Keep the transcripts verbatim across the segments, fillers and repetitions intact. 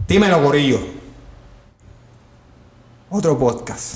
Dímelo, gorillo. Otro podcast.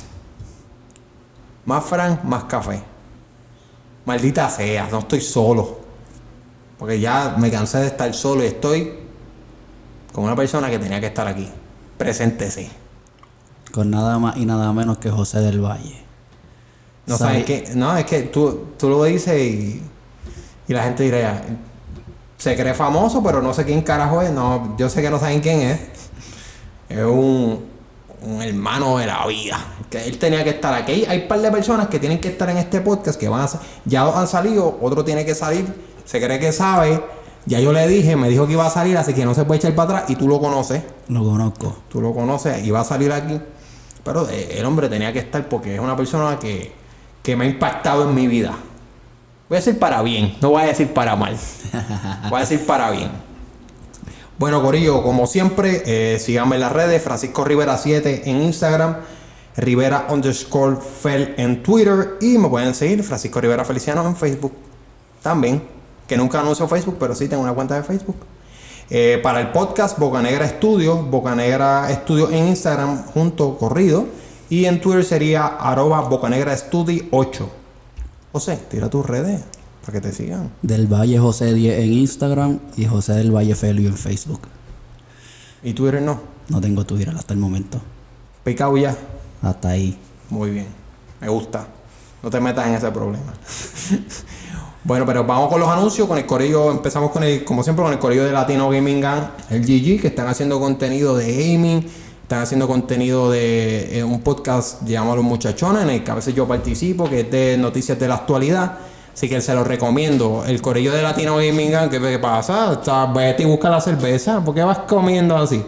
Más Frank, más café. Maldita sea, no estoy solo. Porque ya me cansé de estar solo y estoy con una persona que tenía que estar aquí. Preséntese. Con nada más y nada menos que José del Valle. No sabes qué. No, es que tú, tú lo dices y, y la gente dirá, se cree famoso, pero no sé quién carajo es. No, yo sé que no saben quién es. Es un, un hermano de la vida. Que él tenía que estar aquí. Hay un par de personas que tienen que estar en este podcast que van a ya dos han salido, otro tiene que salir. Se cree que sabe. Ya yo le dije, me dijo que iba a salir, así que no se puede echar para atrás. Y tú lo conoces. Lo conozco. Tú lo conoces y va a salir aquí. Pero el hombre tenía que estar porque es una persona que, que me ha impactado en mi vida. Voy a decir para bien, no voy a decir para mal. Voy a decir para bien. Bueno, corillo, como siempre, eh, síganme en las redes. Francisco Rivera siete en Instagram. Rivera underscore Fel en Twitter. Y me pueden seguir Francisco Rivera Feliciano en Facebook. También. Que nunca anuncio Facebook, pero sí tengo una cuenta de Facebook. Eh, para el podcast, Bocanegra Studio. Bocanegra Studio en Instagram junto corrido. Y en Twitter sería arroba Bocanegra Studio ocho. José, tira tus redes para que te sigan. Del Valle José diez en Instagram y José del Valle Felio en Facebook. ¿Y Twitter no? No tengo Twitter hasta el momento. Picao ya. Hasta ahí. Muy bien. Me gusta. No te metas en ese problema. Bueno, pero vamos con los anuncios. Con el corillo, empezamos con el, como siempre, con el corillo de Latino Gaming Gang, el G G, que están haciendo contenido de gaming. Están haciendo contenido de eh, un podcast llamado Los Muchachones, en el que a veces yo participo, que es de noticias de la actualidad. Así que se los recomiendo. El corillo de Latino Gaming Gang, ¿qué te pasa? O sea, vete y busca la cerveza. ¿Por qué vas comiendo así?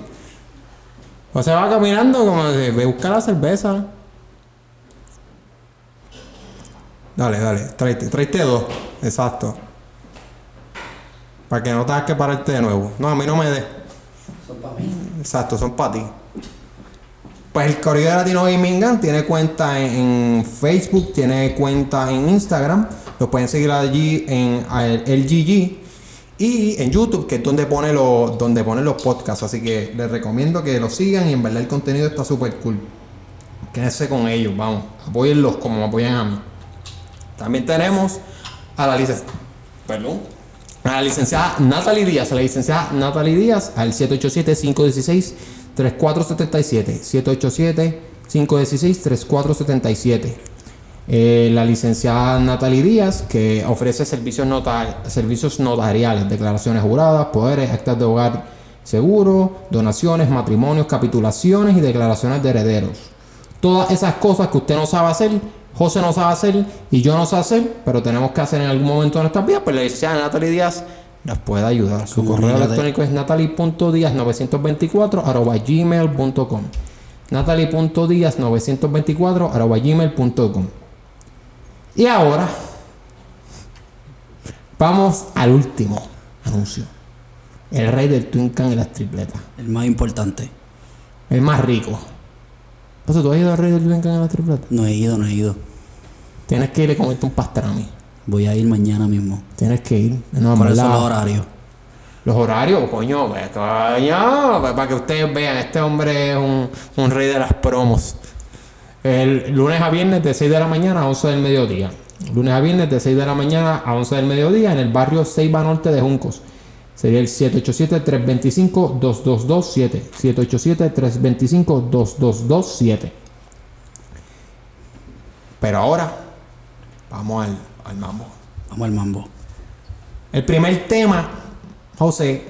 O sea, va caminando como así, ve a buscar la cerveza. Dale, dale, tráete, tráete dos. Exacto. Para que no tengas que pararte de nuevo. No, a mí no me dé. Son para mí. Exacto, son para ti. Pues el corillo de Latino Gaming Gang tiene cuenta en, en Facebook, tiene cuenta en Instagram. Lo pueden seguir allí en el G G. Y en YouTube, que es donde pone los, donde pone los podcasts. Así que les recomiendo que lo sigan y en verdad el contenido está súper cool. Quédense con ellos, vamos. Apóyenlos como me apoyan a mí. También tenemos a la licenciada, perdón, a la licenciada Natalie Díaz, a la licenciada Natalie Díaz, al siete ocho siete, cinco uno seis, tres cuatro siete siete, siete ocho siete, cinco uno seis, tres cuatro siete siete. Eh, la licenciada Natalie Díaz, que ofrece servicios, notar, servicios notariales, declaraciones juradas, poderes, actas de hogar seguro, donaciones, matrimonios, capitulaciones y declaraciones de herederos. Todas esas cosas que usted no sabe hacer, José no sabe hacer y yo no sé hacer, pero tenemos que hacer en algún momento de nuestras vidas, pues la licenciada Natalie Díaz nos puede ayudar. Su correo electrónico es natalie punto díaz novecientos veinticuatro arroba gmail punto com. natalie punto díaz novecientos veinticuatro arroba gmail punto com. Y ahora vamos al último anuncio. El rey del Twin Can y las tripletas. El más importante. El más rico. O sea, ¿tú has ido al rey del Twin Can y las tripletas? No he ido, no he ido. Tienes que ir a comerte un pastrami. Voy a ir mañana mismo. Tienes que ir. No, ¿Cuáles son la... los horarios? Los horarios, coño, pues, coño, para que ustedes vean, este hombre es un, un rey de las promos. El lunes a viernes de seis de la mañana a once del mediodía. Lunes a viernes de seis de la mañana a once del mediodía en el barrio Ceiba Norte de Juncos. Sería el siete ocho siete, tres dos cinco, dos dos dos siete. siete ocho siete, tres dos cinco, dos dos dos siete. Pero ahora, vamos al, al mambo. Vamos al mambo. El primer tema, José,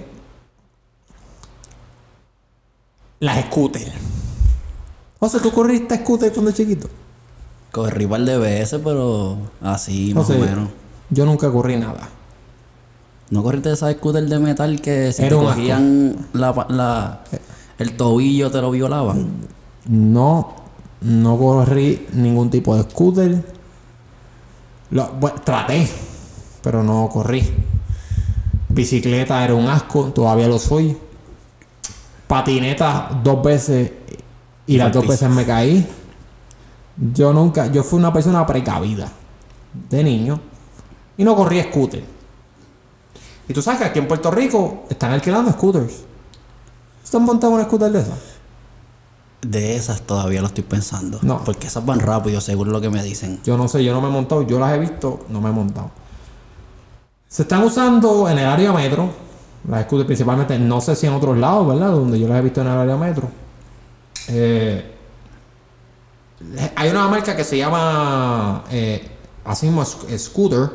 las scooters. José, ¿tú corriste scooter cuando chiquito? Corrí un par de veces, pero así, más José, o menos. Yo nunca corrí nada. ¿No corriste esa scooter de metal que si Era te un cogían la, la, el tobillo te lo violaban? No, no corrí ningún tipo de scooter. Lo, bueno, traté, pero no corrí. Bicicleta era un asco, todavía lo soy. Patineta dos veces y las dos veces me caí. Yo nunca, yo fui una persona precavida de niño y no corrí scooter. Y tú sabes que aquí en Puerto Rico están alquilando scooters. ¿Están montado en una scooter de esas? De esas todavía lo estoy pensando. No. Porque esas van rápido, según lo que me dicen. Yo no sé, yo no me he montado. Yo las he visto, no me he montado. Se están usando en el área metro. Las scooters principalmente, no sé si en otros lados, ¿verdad? Donde yo las he visto en el área metro. Eh, hay una marca que se llama eh, así mismo Scooter,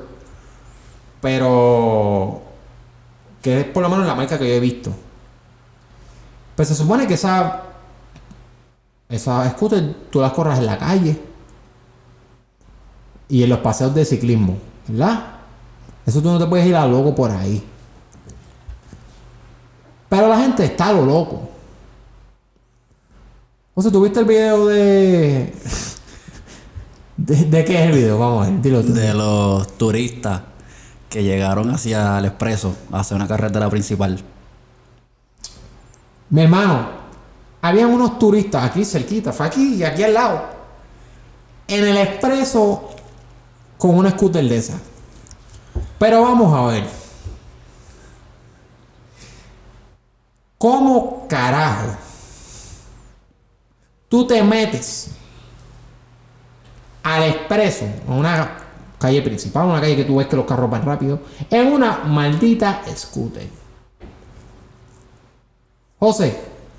pero que es por lo menos la marca que yo he visto. Pues se supone que esa esa scooter tú las corras en la calle y en los paseos de ciclismo, ¿verdad? Eso tú no te puedes ir a loco por ahí. Pero la gente está a lo loco. O sea, ¿tú viste el video de... ¿De, de qué es el video? Vamos a ver, dilo tú. De los turistas que llegaron hacia el expreso, hacia una carretera principal. Mi hermano, habían unos turistas aquí cerquita, fue aquí, aquí al lado, en el expreso con una scooter de esa. Pero vamos a ver. ¿Cómo carajo tú te metes al expreso, a una calle principal, una calle que tú ves que los carros van rápido, en una maldita scooter? José,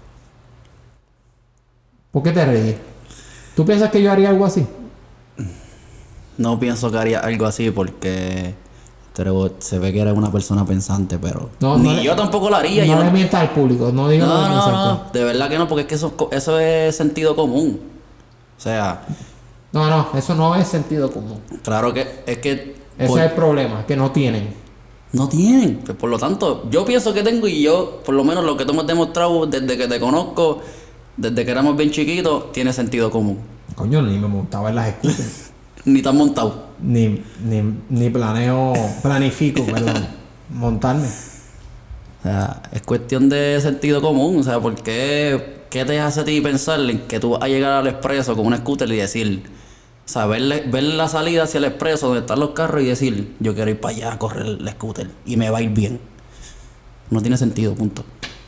¿por qué te ríes? ¿Tú piensas que yo haría algo así? No pienso que haría algo así porque pero se ve que eres una persona pensante, pero No, ni no le- yo tampoco lo haría. No yo le no, mientas al público, no digas lo no, que no, pensaste. no, de verdad que no, porque es que eso, es co- eso es sentido común. O sea, No, no, eso no es sentido común. claro que es que Ese por- es el problema, que no tienen. no tienen. Pues por lo tanto, yo pienso que tengo y yo, por lo menos lo que tú me has demostrado desde que te conozco, desde que éramos bien chiquitos, tiene sentido común. Coño, ni me montaba en las scooters. Ni te has montado. ni, ni, ni planeo, planifico, perdón, montarme. O sea, es cuestión de sentido común. O sea, ¿por qué, qué te hace a ti pensar en que tú vas a llegar al expreso con una scooter y decir, o sea, ver, ver la salida hacia el expreso donde están los carros y decir, yo quiero ir para allá a correr el scooter y me va a ir bien? No tiene sentido, punto.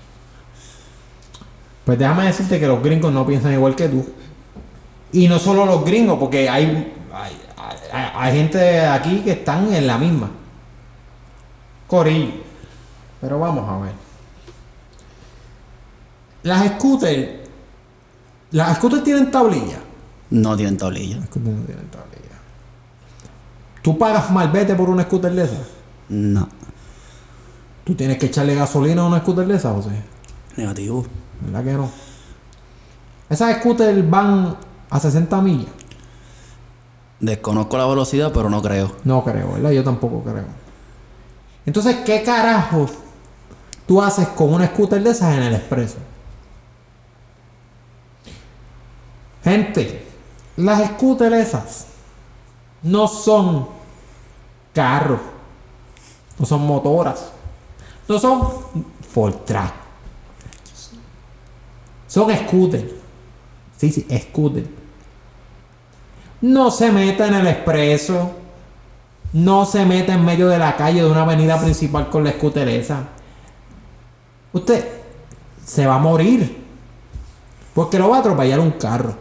Pues déjame decirte que los gringos no piensan igual que tú. Y no solo los gringos, porque hay, hay, hay, hay gente aquí que están en la misma. Corillo. Pero vamos a ver. Las scooters. Las scooters tienen tablilla. No tienen tablilla. Las scooters no tienen tablilla. ¿Tú pagas malvete por una scooter de esas? No. ¿Tú tienes que echarle gasolina a una scooter de esas, José? Negativo. ¿Verdad que no? Esas scooters van a sesenta millas. Desconozco la velocidad, pero no creo. No creo, ¿verdad? Yo tampoco creo. Entonces, ¿qué carajo tú haces con una scooter de esas en el expreso? Gente, las scooters esas no son carros, no son motoras, no son Fortrack. Son scooters. Sí, sí, scooter. No se meta en el expreso. No se meta en medio de la calle de una avenida principal con la scooter esa. Usted se va a morir. Porque lo va a atropellar un carro.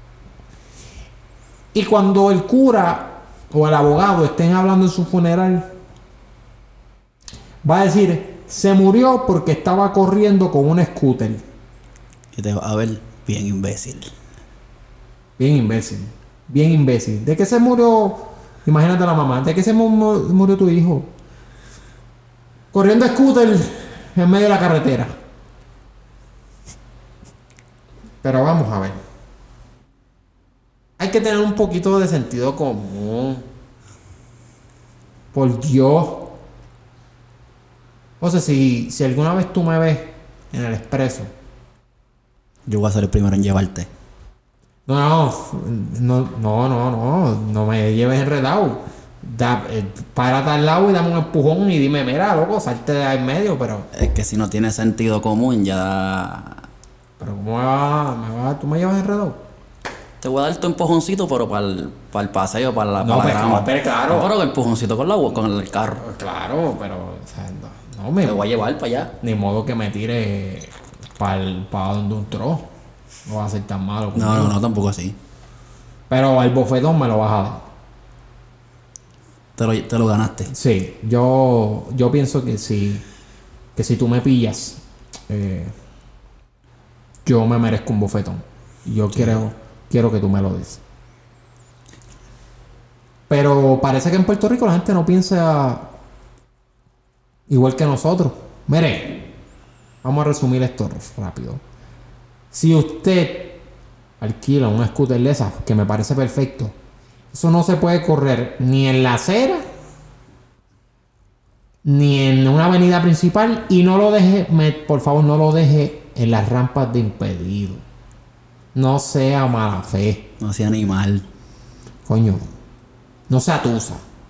Y cuando el cura o el abogado estén hablando en su funeral, va a decir, se murió porque estaba corriendo con un scooter. Y te va a ver bien imbécil. Bien imbécil. Bien imbécil. ¿De qué se murió? Imagínate la mamá. ¿De qué se mu- mu- murió tu hijo? Corriendo scooter en medio de la carretera. Pero vamos a ver. Hay que tener un poquito de sentido común. Por Dios. O sea, si, si alguna vez tú me ves en el expreso. Yo voy a ser el primero en llevarte. No, no, no, no, no, no, no me lleves enredado. Da, eh, párate al lado y dame un empujón y dime, mira, loco, salte de ahí en medio, pero... Es que si no tiene sentido común, ya... Pero ¿cómo me va, me va, tú me llevas enredado? Te voy a dar tu empujoncito, pero para el, para el paseo, para la, No, para la pero, grama. pero claro. No, pero el empujoncito con la con el carro. Claro, pero, o sea, no, no me... Te voy a llevar para allá. Ni modo que me tire para donde un tro. No va a ser tan malo. No, no, no, tampoco así. Pero el bofetón me lo vas a dar. Te lo, te lo ganaste. Sí, yo, yo pienso que si, que si tú me pillas, eh, yo me merezco un bofetón. Yo sí. quiero, quiero que tú me lo des. Pero parece que en Puerto Rico la gente no piensa igual que nosotros. Mire, vamos a resumir esto rápido. Si usted alquila un scooter de esas, que me parece perfecto, eso no se puede correr ni en la acera ni en una avenida principal, y no lo deje, me, por favor, no lo deje en las rampas de impedido. No sea mala fe. No sea animal. Coño, no sea tusa.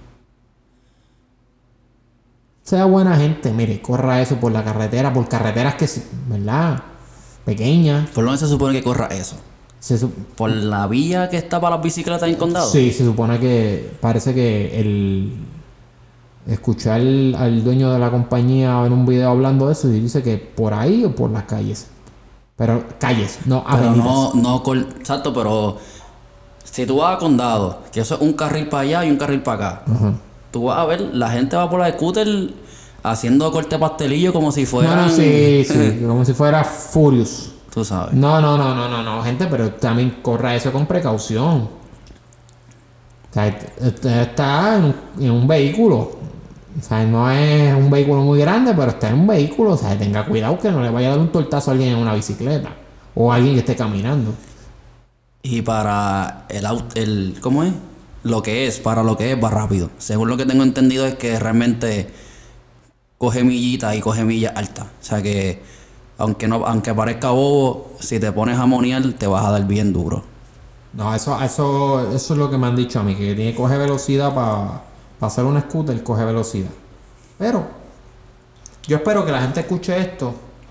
Sea buena gente, mire, corra eso por la carretera, por carreteras que, ¿verdad? Pequeñas. ¿Por dónde se supone que corra eso? Se su- ¿Por la vía que está para las bicicletas en condado? Sí, se supone que parece que el escuché al, al dueño de la compañía en un video hablando de eso y dice que por ahí o por las calles. Pero calles, no pero avenidas. no, no, col- exacto, pero si tú vas a condado, que eso es un carril para allá y un carril para acá, uh-huh. Tú vas a ver, la gente va por la scooter haciendo corte pastelillo como si fuera. No, no, sí, sí, como si fuera Furious. Tú sabes. No, no, no, no, no, no, gente, pero también corra eso con precaución. O sea, usted está en, en un vehículo. O sea, no es un vehículo muy grande, pero está en un vehículo. O sea, tenga cuidado que no le vaya a dar un tortazo a alguien en una bicicleta. O a alguien que esté caminando. Y para el auto, el, ¿cómo es? Lo que es, para lo que es, va rápido. Según lo que tengo entendido es que realmente coge millitas y coge millas altas. O sea que, aunque no, aunque parezca bobo, si te pones a monear, te vas a dar bien duro. No, eso, eso, eso es lo que me han dicho a mí, que tiene que coger velocidad para pa hacer un scooter, coge velocidad. Pero yo espero que la gente escuche esto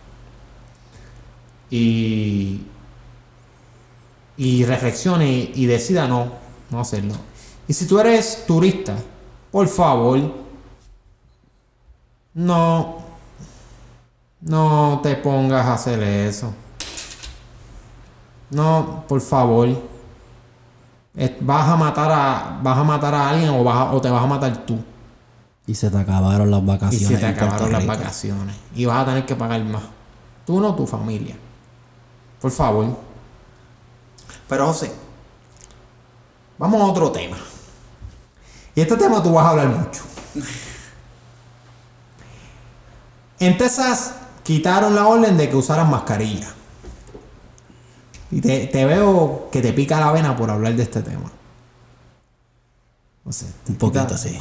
y, y reflexione y, y decida no, no hacerlo. Y si tú eres turista, por favor, no, no te pongas a hacer eso. No, por favor. Vas a matar a vas a matar a alguien o vas a, o te vas a matar tú. Y se te acabaron las vacaciones. Y se te acabaron las vacaciones. Y vas a tener que pagar más. Tú no, tu familia. Por favor. Pero José, vamos a otro tema. Y este tema tú vas a hablar mucho. En Texas quitaron la orden de que usaran mascarilla. Y te, te veo que te pica la vena por hablar de este tema. No sé. Un poquito, sí.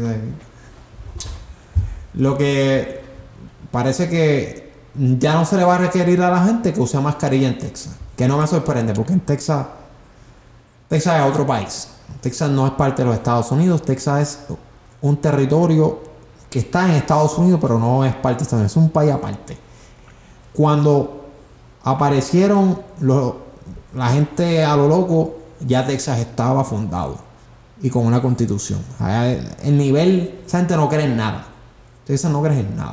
Lo que parece que ya no se le va a requerir a la gente que use mascarilla en Texas. Que no me sorprende, porque en Texas, Texas es otro país. Texas no es parte de los Estados Unidos. Texas es un territorio que está en Estados Unidos, pero no es parte de Estados Unidos. Es un país aparte. Cuando aparecieron los, la gente a lo loco, ya Texas estaba fundado y con una constitución. El nivel, esa gente no cree en nada. Texas no cree en nada.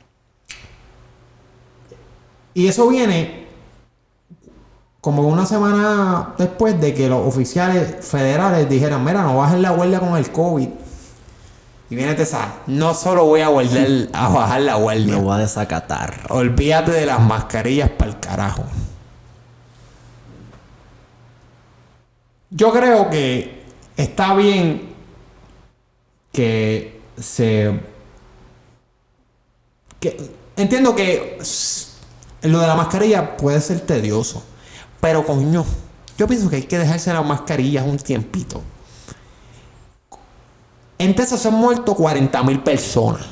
Y eso viene como una semana después de que los oficiales federales dijeran: mira, no bajen la guardia con el COVID. Y viene Texas: no solo voy a, guardar, a bajar la guardia, me voy a desacatar. Olvídate de las mascarillas para el carajo. Yo creo que está bien que se... Que, entiendo que lo de la mascarilla puede ser tedioso, pero coño, yo pienso que hay que dejarse las mascarillas un tiempito. En Texas se han muerto cuarenta mil personas.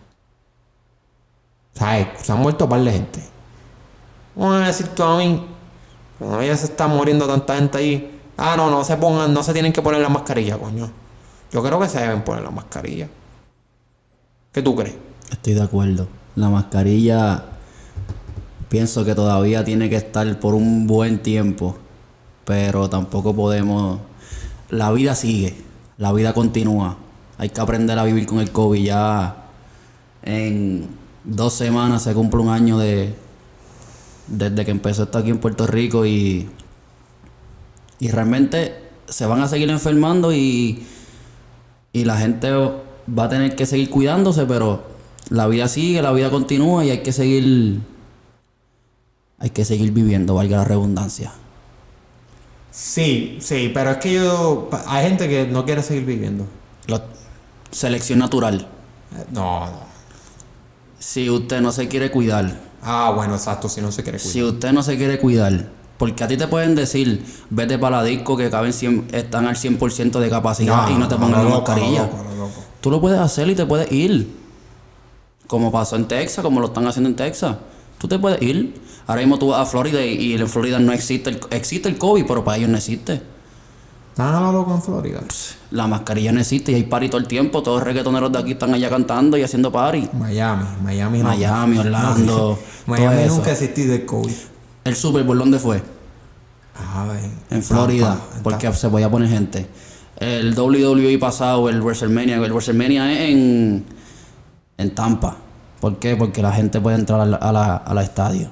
¿Sabes? Se han muerto un par de gente. Vamos a decir tú a mí, todavía se está muriendo tanta gente ahí. Ah, no, no se pongan, no se tienen que poner la mascarilla, coño. Yo creo que se deben poner la mascarilla. ¿Qué tú crees? Estoy de acuerdo. La mascarilla pienso que todavía tiene que estar por un buen tiempo, pero tampoco podemos... La vida sigue, la vida continúa. Hay que aprender a vivir con el COVID. Ya en dos semanas se cumple un año de, desde que empezó esto aquí en Puerto Rico y, y realmente se van a seguir enfermando y, y la gente va a tener que seguir cuidándose, pero la vida sigue, la vida continúa y hay que seguir, hay que seguir viviendo, valga la redundancia. Sí, sí, pero es que yo... Hay gente que no quiere seguir viviendo. Lo- selección natural. Eh, No, no. Si usted no se quiere cuidar, Ah, bueno, exacto, si no se quiere cuidar. si usted no se quiere cuidar, porque a ti te pueden decir, vete para la disco que caben cien, están al cien por ciento de capacidad y no te pongan lo la loco, mascarilla. lo loco, lo loco. Tú lo puedes hacer y te puedes ir. Como pasó en Texas, como lo están haciendo en Texas. Tú te puedes ir. Ahora mismo tú vas a Florida y, y en Florida no existe el, existe el COVID, pero para ellos no existe. ¿Están a lo loco en Florida? La mascarilla no existe y hay party todo el tiempo. Todos los reggaetoneros de aquí están allá cantando y haciendo party. Miami, Miami no. Miami, Orlando, No, Miami todo eso. nunca existí del COVID. ¿El Super Bowl dónde fue? Ah, ven. En Florida, Tampa, en porque Tampa. se podía poner gente. El W W E pasado, el WrestleMania, el WrestleMania es en, en Tampa. ¿Por qué? Porque la gente puede entrar a la, a la, a la estadio.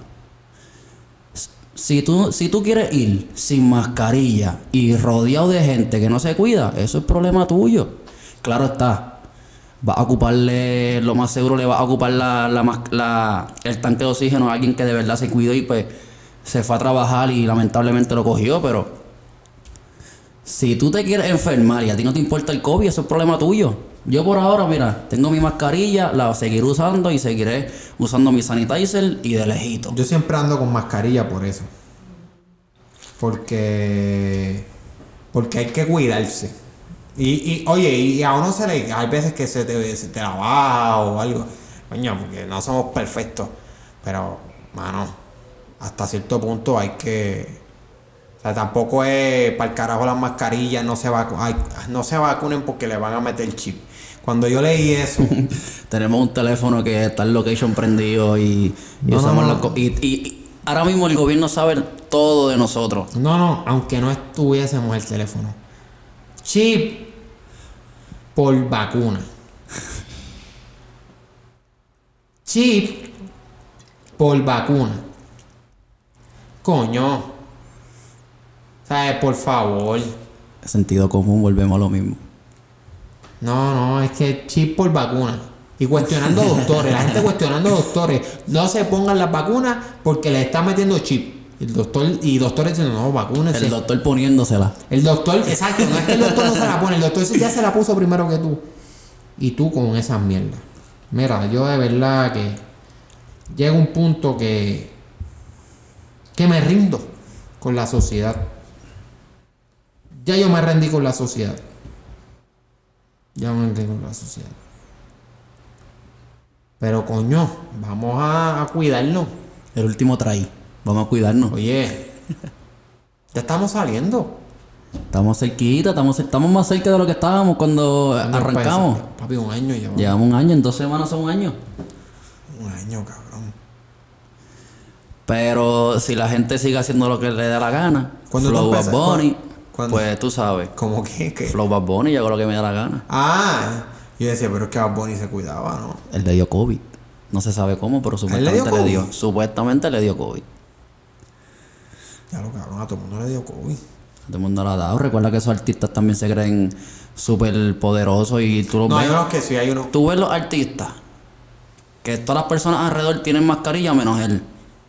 Si tú, si tú quieres ir sin mascarilla y rodeado de gente que no se cuida, eso es problema tuyo. Claro está. Vas a ocuparle, lo más seguro le vas a ocupar la, la, mas- la- el tanque de oxígeno a alguien que de verdad se cuidó y pues se fue a trabajar y lamentablemente lo cogió, pero si tú te quieres enfermar y a ti no te importa el COVID, eso es problema tuyo. Yo por ahora, mira, tengo mi mascarilla, la seguiré usando y seguiré usando mi sanitizer y de lejito. Yo siempre ando con mascarilla por eso. Porque... Porque hay que cuidarse. Y, y oye, y a uno se le... Hay veces que se te, se te la baja o algo. Coño, porque no somos perfectos. Pero, mano, hasta cierto punto hay que... O sea, tampoco es para el carajo las mascarillas, no se, vacu ay, no se vacunen porque le van a meter chip. Cuando yo leí eso... Tenemos un teléfono que está el location prendido y, y No, no, usamos no. los co- y, y- y ahora mismo el gobierno sabe todo de nosotros. No, no, aunque no estuviésemos el teléfono. Chip por vacuna. Chip por vacuna. Coño. ¿Sabes? Por favor. Sentido común, volvemos a lo mismo. No, no, es que chip por vacuna. Y cuestionando doctores. La gente cuestionando doctores. No se pongan las vacunas porque le están metiendo chip. El doctor, y doctores diciendo, no, vacúnense. El doctor poniéndosela. El doctor, exacto, no es que el doctor no se la pone, el doctor ya se la puso primero que tú. Y tú con esas mierdas. Mira, yo de verdad que llega un punto que que me rindo con la sociedad. Ya yo me rendí con la sociedad. Ya me rendí con la sociedad. Pero coño, vamos a, a cuidarnos. El último traí. Vamos a cuidarnos. Oye, ya estamos saliendo. Estamos cerquita, estamos, estamos más cerca de lo que estábamos cuando arrancamos. Papi, un año ya. Llevamos un año, en dos semanas son un año. Un año, cabrón. Pero si la gente sigue haciendo lo que le da la gana, ¿Cuándo tú Flow Bad empezaste? Bunny, ¿Cuándo? pues tú sabes. ¿Cómo que? que? Flow Bad Bunny, yo hago lo que me da la gana. Ah, yo decía, pero es que Bad Bunny se cuidaba, ¿no? Él le dio COVID. No se sabe cómo, pero ¿A él le dio supuestamente le dio. COVID? Supuestamente le dio COVID. Ya lo cabrón, a todo el mundo le dio COVID. A todo el mundo le ha dado. Recuerda que esos artistas también se creen súper poderosos y tú los No, hay ves. unos que sí, hay unos. Tú ves los artistas que todas las personas alrededor tienen mascarilla menos él.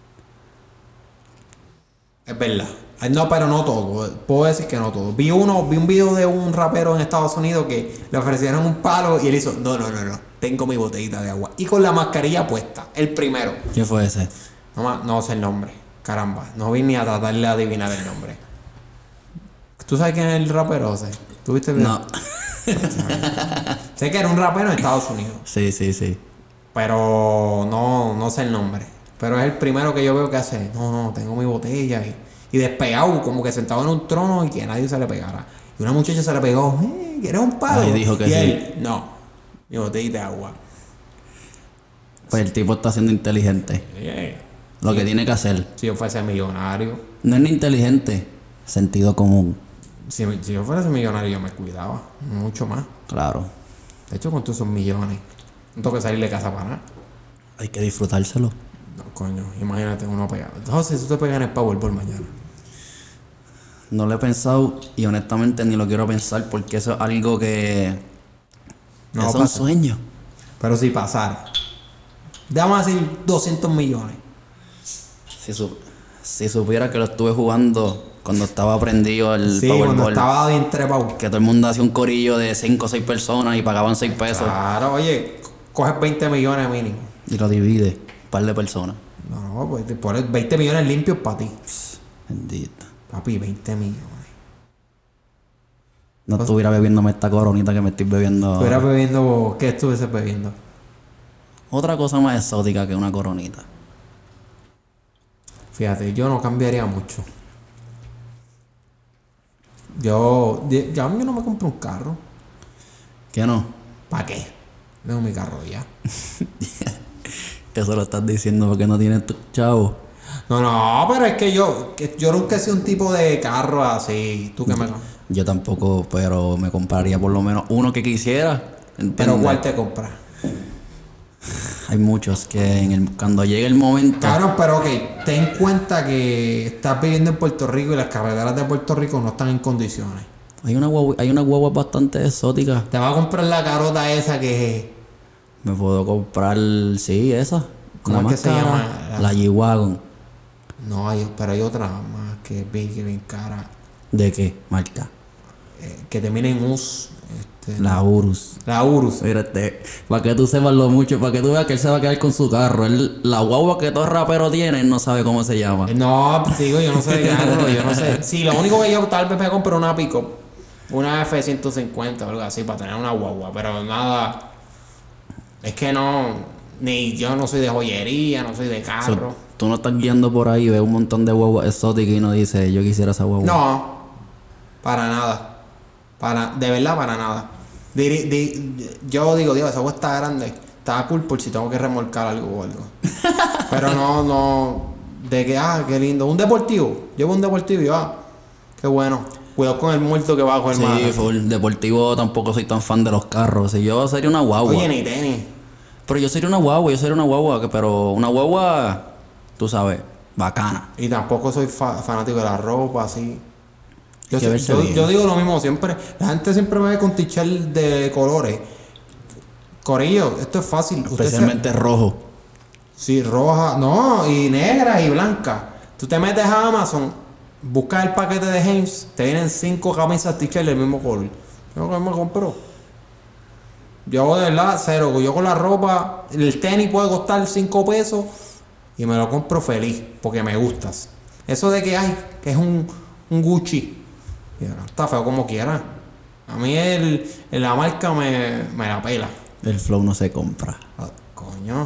Es verdad. Ay, no, pero no todo. Puedo decir que no todo. Vi uno, vi un video de un rapero en Estados Unidos que le ofrecieron un palo y él hizo, no, no, no, no, tengo mi botellita de agua. Y con la mascarilla puesta, el primero. ¿Quién fue ese? No, ma- no sé el nombre. Caramba, no vi ni a tratar de adivinar el nombre. ¿Tú sabes quién es el rapero, José? ¿Tuviste el video? No. Sé que era un rapero en Estados Unidos. Sí, sí, sí. Pero no, no sé el nombre. Pero es el primero que yo veo que hace, no, no, tengo mi botella y, y despegado, como que sentado en un trono y que nadie se le pegara. Y una muchacha se le pegó, eh, ¿quieres un palo? Ahí dijo que y sí. él, no, mi botellita de agua. Pues el tipo está siendo inteligente. Eh, Lo que tiene que hacer. Si yo fuese millonario, No es ni inteligente. Sentido común. si, si yo fuese millonario yo me cuidaba mucho más. Claro. De hecho, con todos esos millones, no tengo que salir de casa para nada. Hay que disfrutárselo. No, coño, imagínate uno pegado. Entonces, si tú te pegas en el Powerball mañana. No lo he pensado y honestamente ni lo quiero pensar porque eso es algo que... No es va a un pasar. sueño. Pero si pasara. Vamos a decir doscientos millones. Si, su- si supiera que lo estuve jugando cuando estaba prendido el Sí, cuando Powerball, estaba bien trepado. que todo el mundo hacía un corillo de cinco o seis personas y pagaban seis pesos Claro, oye, coges veinte millones mínimo. y lo divide un par de personas. No, no, pues te pones veinte millones limpios para ti. Bendita. Papi, veinte millones. No estuviera bebiéndome esta coronita que me estoy bebiendo. Estuviera ahora. bebiendo, ¿qué estuviese bebiendo? Otra cosa más exótica que una coronita. Fíjate, yo no cambiaría mucho. Yo, de- ya yo no me compro un carro. ¿Qué no? ¿Para qué? Tengo mi carro ya. Eso lo estás diciendo porque no tienes tu chavo. No, no, pero es que yo, que yo nunca he sido un tipo de carro así. ¿Tú qué me Yo tampoco, pero me compraría por lo menos uno que quisiera. Pero ¿entiendes? ¿cuál te compras? Hay muchos que en el, cuando llegue el momento. Claro, pero ok, ten en cuenta que estás viviendo en Puerto Rico y las carreteras de Puerto Rico no están en condiciones. Hay una guagua, hay una guagua bastante exótica. Te vas a comprar la carota esa que Me puedo comprar, sí, esa. ¿Cómo La es más que se cara, llama? La G-Wagon. no hay, pero hay otra más que es bien, que bien cara. ¿De qué? Marca. eh, que termina en us. Este, La Urus. la Urus. Mírate, para que tú sepas lo mucho, para que tú veas que él se va a quedar con su carro. Él, la guagua que todo rapero tiene, él no sabe cómo se llama. No, digo, yo no sé de carro, yo no sé. Sí, lo único que yo tal vez me compro una pick-up, una F ciento cincuenta o algo así para tener una guagua, pero nada. Es que no, ni yo no soy de joyería, no soy de So, carro. tú no estás guiando por ahí, ves un montón de guaguas exóticas y no dices, yo quisiera esa guagua. No, para nada. Para, de verdad, para nada. Diri- di- yo digo, Dios, esa agua está grande. Está cool por si tengo que remolcar algo o algo. Pero no, no. De que, ah, qué lindo. Un deportivo. Llevo un deportivo y yo, ah, qué bueno. Cuidado con el muerto que va a coger Sí, más. full. Deportivo tampoco soy tan fan de los carros. Si yo sería una guagua. Oye, ni tenis. Pero yo sería una guagua, yo sería una guagua, que- pero una guagua, tú sabes, bacana. Y tampoco soy fa- fanático de la ropa, así. Yo, Hay que sé- verse yo, bien. yo digo lo mismo siempre. La gente siempre me ve con t-shirt de colores. Corillo, esto es fácil. Usted se- Especialmente rojo. Sí, roja, no, y negra y blanca. Tú te metes a Amazon, buscas el paquete de Hanes, te vienen cinco camisas t-shirt del mismo color. Yo que me compro. Yo de verdad, cero. Yo con la ropa, el tenis puede costar cinco pesos y me lo compro feliz porque me gustas. Eso de que hay, que es un, un Gucci, y no, está feo como quiera. A mí el, la marca me, me la pela. El flow no se compra. Ah, coño.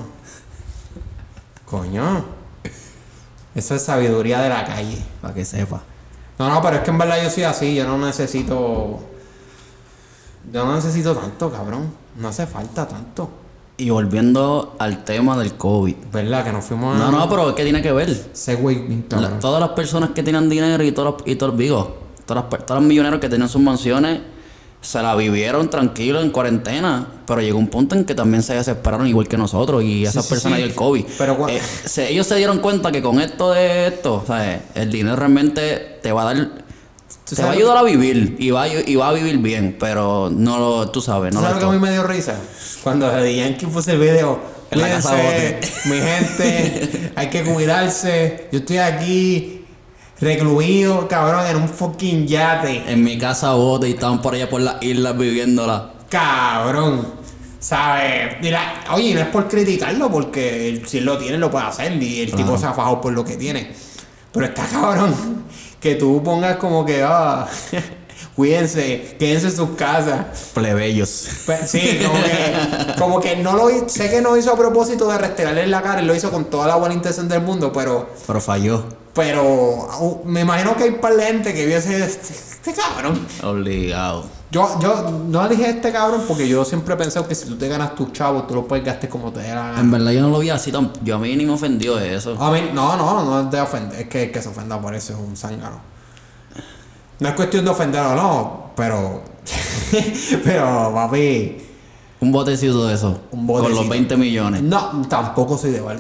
Coño. Eso es sabiduría de la calle. Para que sepa. No, no, pero es que en verdad yo soy así. Yo no necesito. Yo no necesito tanto, cabrón. No hace falta tanto. Y volviendo al tema del COVID. ¿Verdad? Que nos fuimos a. No, no, pero es que tiene que ver. Segway, bien La- cabrón. todas las personas que tienen dinero y todos los, y todos, digo, todas las, per- todos los millonarios que tienen sus mansiones se la vivieron tranquilos en cuarentena, pero llegó un punto en que también se desesperaron igual que nosotros y esas sí, personas sí. y el COVID. Pero cua- Eh, se- ellos se dieron cuenta que con esto de esto, o sea, el dinero realmente te va a dar, te va a sabes- ayudar a vivir y va a, y va a vivir bien, pero no lo, tú sabes, no ¿Tú lo sabes lo que a mí me dio risa? Cuando de Yankee puse el video. En la casa "Cuídense, bote". mi gente, hay que cuidarse. Yo estoy aquí recluido, cabrón, en un fucking yate. En mi casa bote y estaban por allá por las islas viviéndola. Cabrón. ¿Sabes? Mira, oye, no es por criticarlo, porque él, si él lo tiene, lo puede hacer. Y el Claro. tipo se ha fajado por lo que tiene. Pero está cabrón que tú pongas como que, ah, cuídense, quédense en sus casas. Plebeyos. Pues, sí, como que, como que no lo hizo, sé que no hizo a propósito de restregarle en la cara, él lo hizo con toda la buena intención del mundo, pero, Pero falló. pero uh, me imagino que hay un par de gente que vio ese, este, este cabrón. Obligado. Yo, yo no dije este cabrón porque yo siempre he pensado que si tú te ganas tus chavos, tú los puedes gastar como te dé la gana. En verdad yo no lo vi así tan... Yo a mí ni me ofendió eso. A mí, no, no, no es de ofender, es que el que se ofenda por eso es un zángano. No es cuestión de ofender o no, pero, pero papi, Un botecito de eso. un Con botecito. los veinte millones. no, tampoco soy de barco.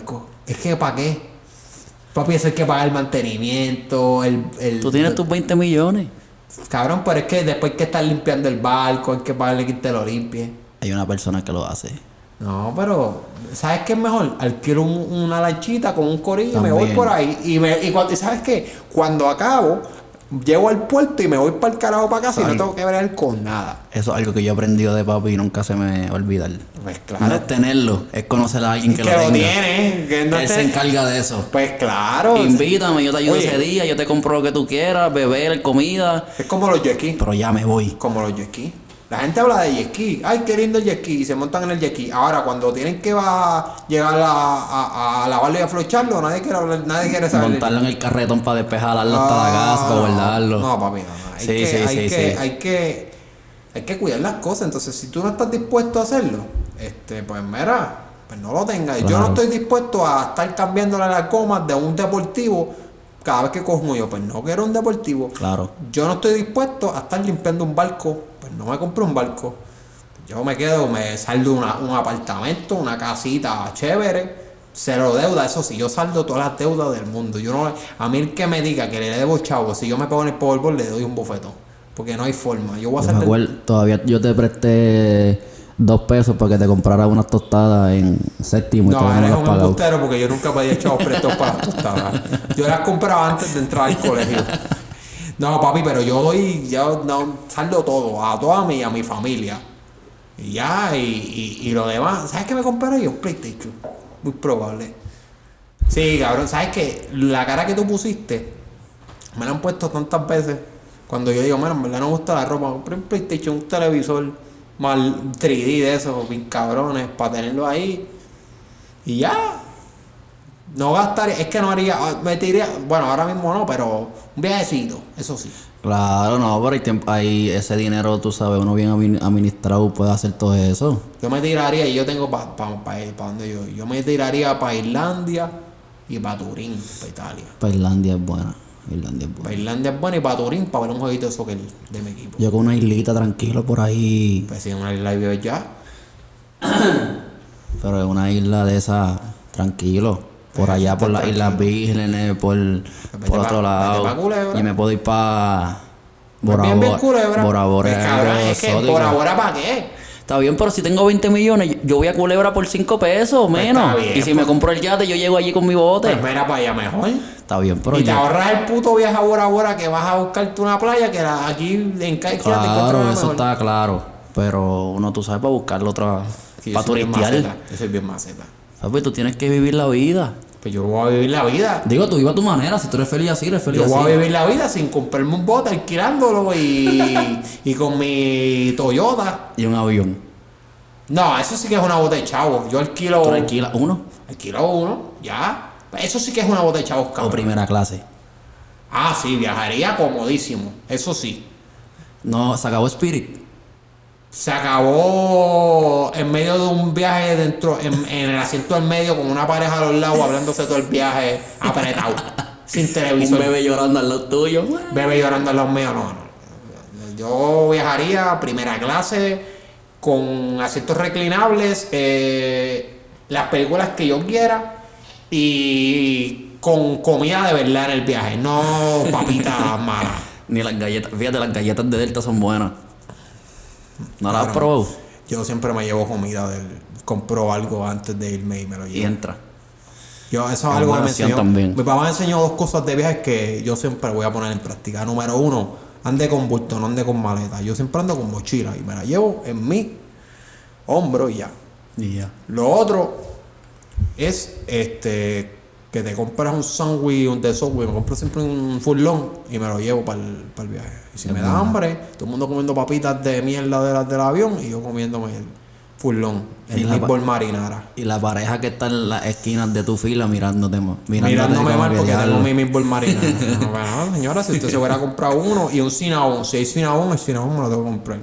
Es que ¿para qué? Papi, eso hay que pagar el mantenimiento, el... el Tú tienes tus veinte millones. Cabrón, pero es que después hay que estar limpiando el barco, hay que pagarle quien te lo limpie. Hay una persona que lo hace. No, pero ¿sabes qué es mejor? Alquilo un- una lanchita con un corillo y me voy También. por ahí. Y, me, y, cuando, y ¿sabes qué? Cuando acabo, llego al puerto y me voy para el carajo para casa y no Ay. tengo que ver con nada. Eso es algo que yo he aprendido de papi y nunca se me va a olvidar. Pues No claro. es tenerlo, es conocer a alguien que, que lo lo tenga. tiene, que no Él te- se encarga de eso. Pues claro. Invítame, yo te ayudo Oye. ese día, yo te compro lo que tú quieras, beber, comida. Es como los jet skis. Pero ya me voy. Como los jet skis. La gente habla de jet ski. Ay, qué lindo el jet ski. Y se montan en el jet ski. Ahora, cuando tienen que va llegar a, a, a lavarlo y a flocharlo, nadie quiere hablar, nadie quiere saber. Montarlo en el carretón para despejarlo hasta la casa, para guardarlo. No, papi, no, no. Hay Sí, que, sí, hay sí, que, sí. hay que, hay que cuidar las cosas. Entonces, si tú no estás dispuesto a hacerlo, este, pues mira, pues no lo tengas. Yo no Claro. estoy dispuesto a estar cambiándole las gomas de un deportivo cada vez que cojo un yo. Pues no quiero un deportivo. Claro. Yo no estoy dispuesto a estar limpiando un barco. Pues no me compro un barco. Yo me quedo, me saldo una, un apartamento, una casita chévere, cero deuda, eso sí, yo saldo todas las deudas del mundo. Yo no, a mí el que me diga que le debo chavo, si yo me pego en el Powerball le doy un bofetón. Porque no hay forma. Yo voy a Yo hacer me acuerdo, todavía yo te presté dos pesos para que te comprara unas tostadas en séptimo y No, todavía no eres las un has pagado. embustero porque yo nunca pedí chavos prestos para las tostadas. Yo las compraba antes de entrar al colegio. No, papi, pero yo doy, yo no, saldo todo, a toda mi, a mi familia. Y ya, y, y, y lo demás. ¿Sabes qué me compraré yo? Un PlayStation. Muy probable. Sí, cabrón. ¿Sabes qué? La cara que tú pusiste, me la han puesto tantas veces. Cuando yo digo, mira, en verdad no me gusta la ropa. Compré un PlayStation, un televisor mal tres D de esos, bien cabrones, para tenerlo ahí. Y ya. No gastaría, es que no haría, me tiraría, bueno, ahora mismo no, pero un viajecito, eso sí. Claro, no, pero hay tiempo, hay ese dinero, tú sabes, uno bien admin- administrado puede hacer todo eso. Yo me tiraría, y yo tengo para pa, pa, pa donde yo, yo me tiraría para Irlandia y para Turín, para Italia. Para Irlandia es buena. Irlandia es buena. Para Irlandia es bueno y para Turín para ver un jueguito de soccer de mi equipo. Yo con una islita tranquilo por ahí. Pues si en una isla vive ya. Pero es una isla de esas, tranquilo. Por allá, por las Islas Vírgenes, por, vete por pa- otro vete lado. pa Culebra. Y me puedo ir para Pues bien, bien culebra. Bora Bora. Pues, es cabrón, algo es que exótico. por ahora para qué. Está bien, pero si tengo veinte millones, yo voy a Culebra por cinco pesos o Pues menos. está bien, y si pues. me compro el yate, yo llego allí con mi bote. Pues mira para allá mejor. Está bien, pero y te yo... ahorras el puto viaje a Bora Bora que vas a buscarte una playa que la, aquí en Caiquía te encuentras Claro, una eso mejor. está claro. Pero uno, tú sabes, para buscarlo otra... Que yo para soy bien turistear. maceta, Yo soy bien maceta. Papi, tú tienes que vivir la vida. Pues yo voy a vivir la vida. Digo, tú viva a tu manera. Si tú eres feliz así, eres feliz Yo voy a así. vivir la vida sin comprarme un bote, alquilándolo y, y con mi Toyota. Y un avión. No, eso sí que es una bote de chavo. Yo alquilo. Tú alquilas uno Alquilo uno, ya. Eso sí que es una bote de chavos, o cabrón. primera clase. Ah, sí, viajaría comodísimo. Eso sí. No, se acabó Spirit. Se acabó en medio de un viaje dentro, en, en el asiento del medio con una pareja a los lados hablándose todo el viaje apretado. sin Un televisor. bebé llorando al lado tuyo. Bebé llorando en los míos, no, no. Yo viajaría primera clase con asientos reclinables, eh, las películas que yo quiera y con comida de verdad en el viaje, no papitas malas. Ni las galletas. Fíjate, las galletas de Delta son buenas. ¿No las has Cabrón, probado? Yo siempre me llevo comida del, compro algo antes de irme y me lo Y llevo. entra. Yo, eso es Es algo que buena me opción enseñó. también. Mi papá me enseñó dos cosas de viajes que yo siempre voy a poner en práctica. Número uno, ande con bulto, no ande con maleta. Yo siempre ando con mochila y me la llevo en mi hombro y ya. Y ya. Lo otro es este que te compras un sándwich, un de Subway, me compro siempre un furlón y me lo llevo para el viaje. Y si Es me da bueno. hambre, todo el mundo comiendo papitas de mierda de las del avión y yo comiéndome el furlón, Y el la meatball marinara. Y la pareja que está en las esquinas de tu fila mirándote, mo- mirándote Mirándome como mal que porque diablo. tengo mi meatball marinara. No, bueno, señora, si usted se hubiera comprado uno y un Cinnabon, si hay Cinnabon, el Cinnabon me lo tengo que comprar.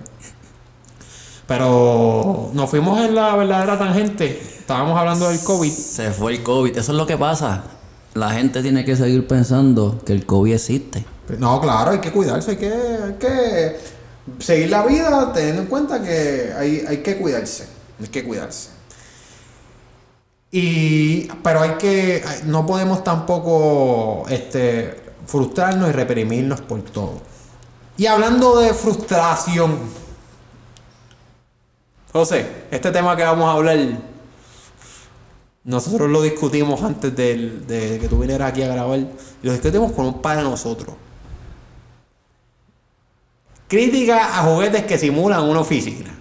Pero nos fuimos en la verdadera tangente. Estábamos hablando del COVID. Se fue el COVID. Eso es lo que pasa. La gente tiene que seguir pensando que el COVID existe. No, claro, hay que cuidarse, hay que, hay que seguir la vida teniendo en cuenta que hay, hay que cuidarse. Hay que cuidarse. Y, pero hay que, no podemos tampoco este, frustrarnos y reprimirnos por todo. Y hablando de frustración, José, este tema que vamos a hablar, nosotros lo discutimos antes de, de que tú vinieras aquí a grabar. Y lo discutimos con un par de nosotros. Crítica a juguetes que simulan una oficina.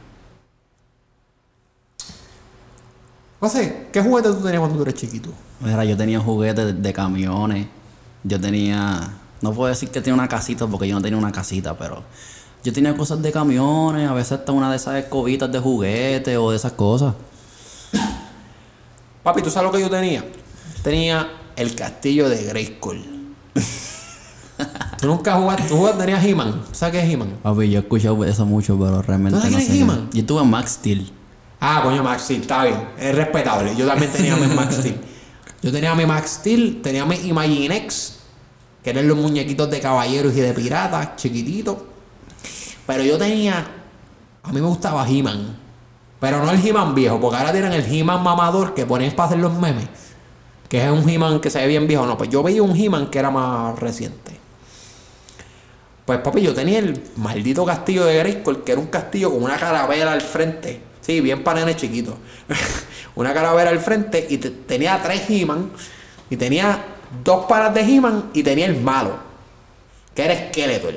José, ¿qué juguetes tú tenías cuando tú eras chiquito? Mira, yo tenía juguetes de, de camiones. Yo tenía... No puedo decir que tenía una casita porque yo no tenía una casita, pero... Yo tenía cosas de camiones, a veces hasta una de esas escobitas de juguetes o de esas cosas. Papi, ¿tú sabes lo que yo tenía? Tenía el castillo de Grayskull. ¿Tú nunca jugaste? ¿Tú jugaste? Tenías He-Man. ¿Sabes qué es He-Man? Papi, yo he escuchado eso mucho, pero realmente ¿Tú sabes no quién sé. es He-Man? Yo tuve Max Steel. Ah, coño, Max Steel, está bien. Es respetable. Yo también tenía mi Max Steel. Yo tenía mi Max Steel, tenía mi Imaginext, que eran los muñequitos de caballeros y de piratas, chiquititos. Pero yo tenía... A mí me gustaba He-Man. Pero no el He-Man viejo, porque ahora tienen el He-Man mamador que ponen para hacer los memes. Que es un He-Man que se ve bien viejo. No, pues yo veía un He-Man que era más reciente. Pues papi, yo tenía el maldito castillo de Grayskull, que era un castillo con una calavera al frente. Sí, bien para nenes chiquitos. Una calavera al frente y te, tenía tres He-Man. Y tenía dos palas de He-Man y tenía el malo, que era Skeletor.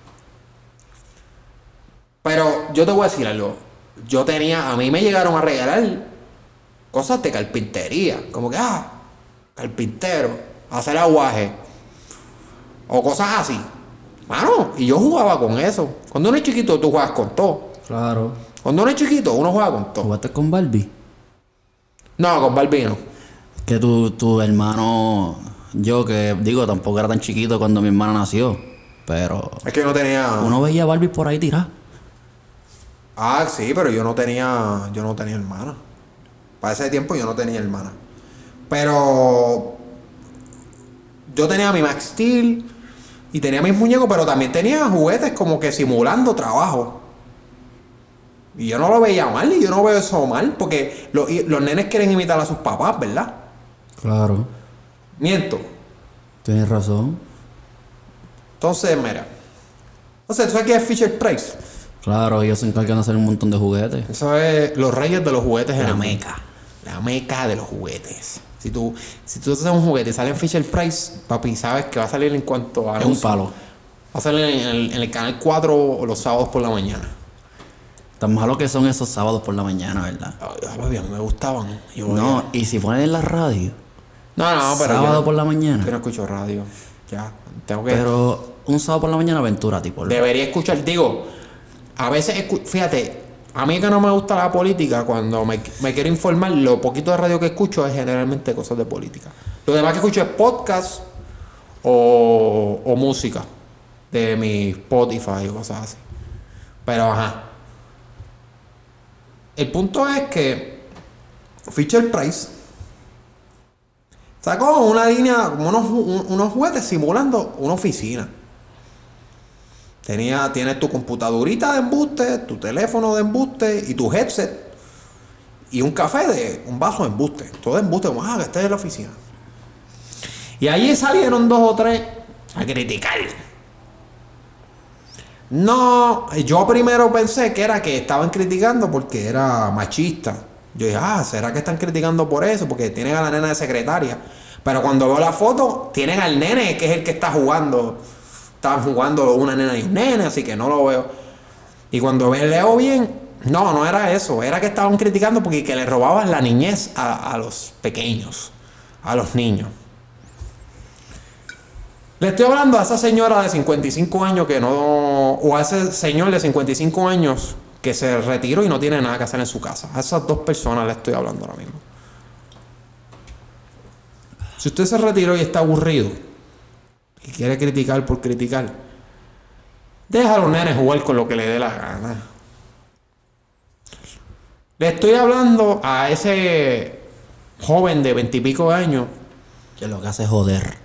Pero yo te voy a decir algo. Yo tenía, a mí me llegaron a regalar cosas de carpintería. Como que, ah, carpintero, hacer aguaje. O cosas así. Mano, y yo jugaba con eso. Cuando uno es chiquito, tú juegas con todo. Claro. Cuando uno es chiquito, uno juega con todo. ¿Jugaste con Barbie? No, con Barbie no. Que tu, tu hermano... Yo que, digo, tampoco era tan chiquito cuando mi hermana nació. Pero... Es que yo no tenía... Uno veía Barbie por ahí tirar. Ah, sí, pero yo no tenía... Yo no tenía hermana. Para ese tiempo yo no tenía hermana. Pero... Yo tenía mi Max Steel... Y tenía mis muñecos, pero también tenía juguetes como que simulando trabajo. Y yo no lo veía mal, y yo no veo eso mal, porque los, los nenes quieren imitar a sus papás, ¿verdad? Claro. Miento. Tienes razón. Entonces, mira. Entonces, ¿tú sabes qué es Fisher Price? Claro, ellos se encargan de hacer un montón de juguetes. Eso es los reyes de los juguetes en La el meca. mundo. La meca de los juguetes. Si tú, si tú haces un juguete y sale en Fisher Price, papi, sabes que va a salir en cuanto a... Es un palo. Va a salir en el, en el canal cuatro los sábados por la mañana. Tan malo que son esos sábados por la mañana, ¿verdad? Ay, papi, a mí me gustaban. Yo No, veía- y si ponen en la radio, no, no, pero sábado yo, por la mañana. yo no escucho radio. Ya, tengo que... Pero un sábado por la mañana, aventura, tipo. Debería escuchar, digo, a veces, escu- fíjate, a mí que no me gusta la política, cuando me, me quiero informar, lo poquito de radio que escucho es generalmente cosas de política. Lo demás que escucho es podcast o, o música de mi Spotify o cosas así. Pero ajá. El punto es que Fisher Price sacó una línea, como unos, un- unos juguetes simulando una oficina. Tenía, tienes tu computadorita de embuste, tu teléfono de embuste y tu headset y un café de un vaso de embuste. Todo de embuste, como, ah, que estés en la oficina. Y allí salieron dos o tres a criticar. No, yo primero pensé que era que estaban criticando porque era machista. Yo dije, ah, ¿será que están criticando por eso? Porque tienen a la nena de secretaria. Pero cuando veo la foto, tienen al nene que es el que está jugando. Estaban jugando una nena y un nene, así que no lo veo. Y cuando ve- leo bien, no, no era eso. Era que estaban criticando porque que le robaban la niñez a, a los pequeños, a los niños. Le estoy hablando a esa señora de cincuenta y cinco años que no... O a ese señor de cincuenta y cinco años que se retiró y no tiene nada que hacer en su casa. A esas dos personas le estoy hablando ahora mismo. Si usted se retiró y está aburrido y quiere criticar por criticar, deja a los nenes jugar con lo que le dé la gana. Le estoy hablando a ese joven de veintipico años Que lo que hace es joder.